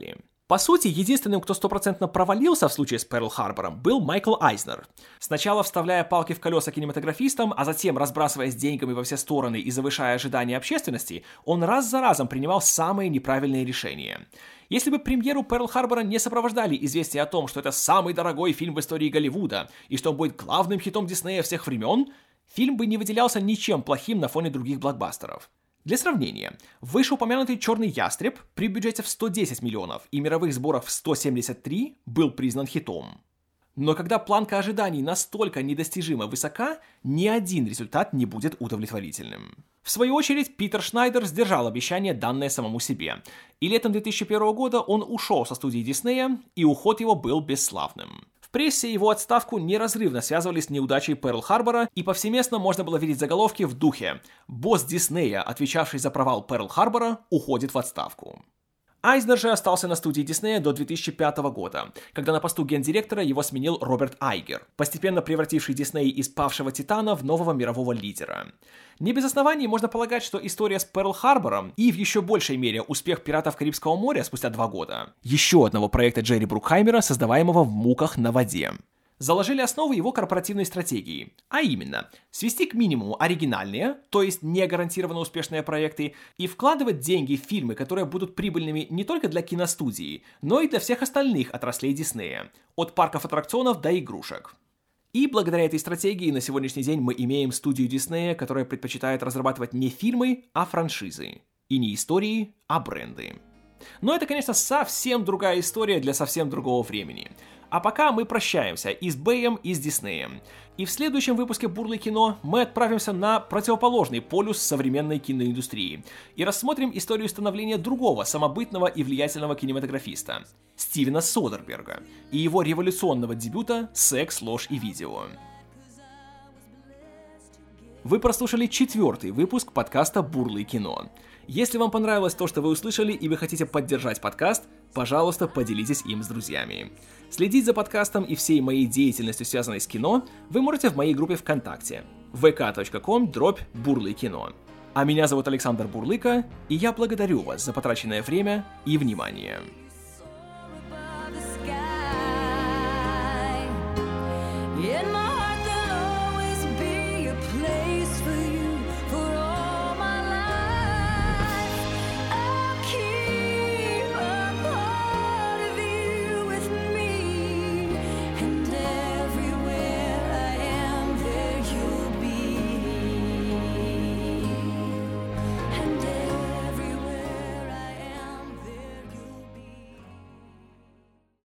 Speaker 1: По сути, единственным, кто стопроцентно провалился в случае с Перл-Харбором, был Майкл Айзнер. Сначала вставляя палки в колеса кинематографистам, а затем разбрасываясь деньгами во все стороны и завышая ожидания общественности, он раз за разом принимал самые неправильные решения. Если бы премьеру Перл-Харбора не сопровождали известия о том, что это самый дорогой фильм в истории Голливуда и что он будет главным хитом Диснея всех времен, фильм бы не выделялся ничем плохим на фоне других блокбастеров. Для сравнения, вышеупомянутый «Черный ястреб» при бюджете в сто десять миллионов и мировых сборах в сто семьдесят три был признан хитом. Но когда планка ожиданий настолько недостижимо высока, ни один результат не будет удовлетворительным. В свою очередь, Питер Шнайдер сдержал обещание, данное самому себе. И летом две тысячи первого года он ушел со студии Диснея, и уход его был бесславным. В прессе его отставку неразрывно связывали с неудачей Перл-Харбора, и повсеместно можно было видеть заголовки в духе «Босс Диснея, отвечавший за провал Перл-Харбора, уходит в отставку». Айзнер же остался на студии Диснея до две тысячи пятого года, когда на посту гендиректора его сменил Роберт Айгер, постепенно превративший Дисней из павшего титана в нового мирового лидера. Не без оснований можно полагать, что история с Перл-Харбором и в еще большей мере успех «Пиратов Карибского моря» спустя два года, еще одного проекта Джерри Брукхаймера, создаваемого в муках на воде, заложили основы его корпоративной стратегии, а именно свести к минимуму оригинальные, то есть не гарантированно успешные проекты, и вкладывать деньги в фильмы, которые будут прибыльными не только для киностудии, но и для всех остальных отраслей Диснея, от парков аттракционов до игрушек. И благодаря этой стратегии на сегодняшний день мы имеем студию Диснея, которая предпочитает разрабатывать не фильмы, а франшизы. И не истории, а бренды. Но это, конечно, совсем другая история для совсем другого времени. А пока мы прощаемся и с Бэем, и с Диснеем. И в следующем выпуске «Бурлой кино» мы отправимся на противоположный полюс современной киноиндустрии и рассмотрим историю становления другого самобытного и влиятельного кинематографиста – Стивена Содерберга и его революционного дебюта «Секс, ложь и видео». Вы прослушали четвертый выпуск подкаста «Бурлой кино». Если вам понравилось то, что вы услышали, и вы хотите поддержать подкаст, пожалуйста, поделитесь им с друзьями. Следить за подкастом и всей моей деятельностью, связанной с кино, вы можете в моей группе ВКонтакте вэ ка точка ком слэш бурлый кино. А меня зовут Александр Бурлыка, и я благодарю вас за потраченное время и внимание.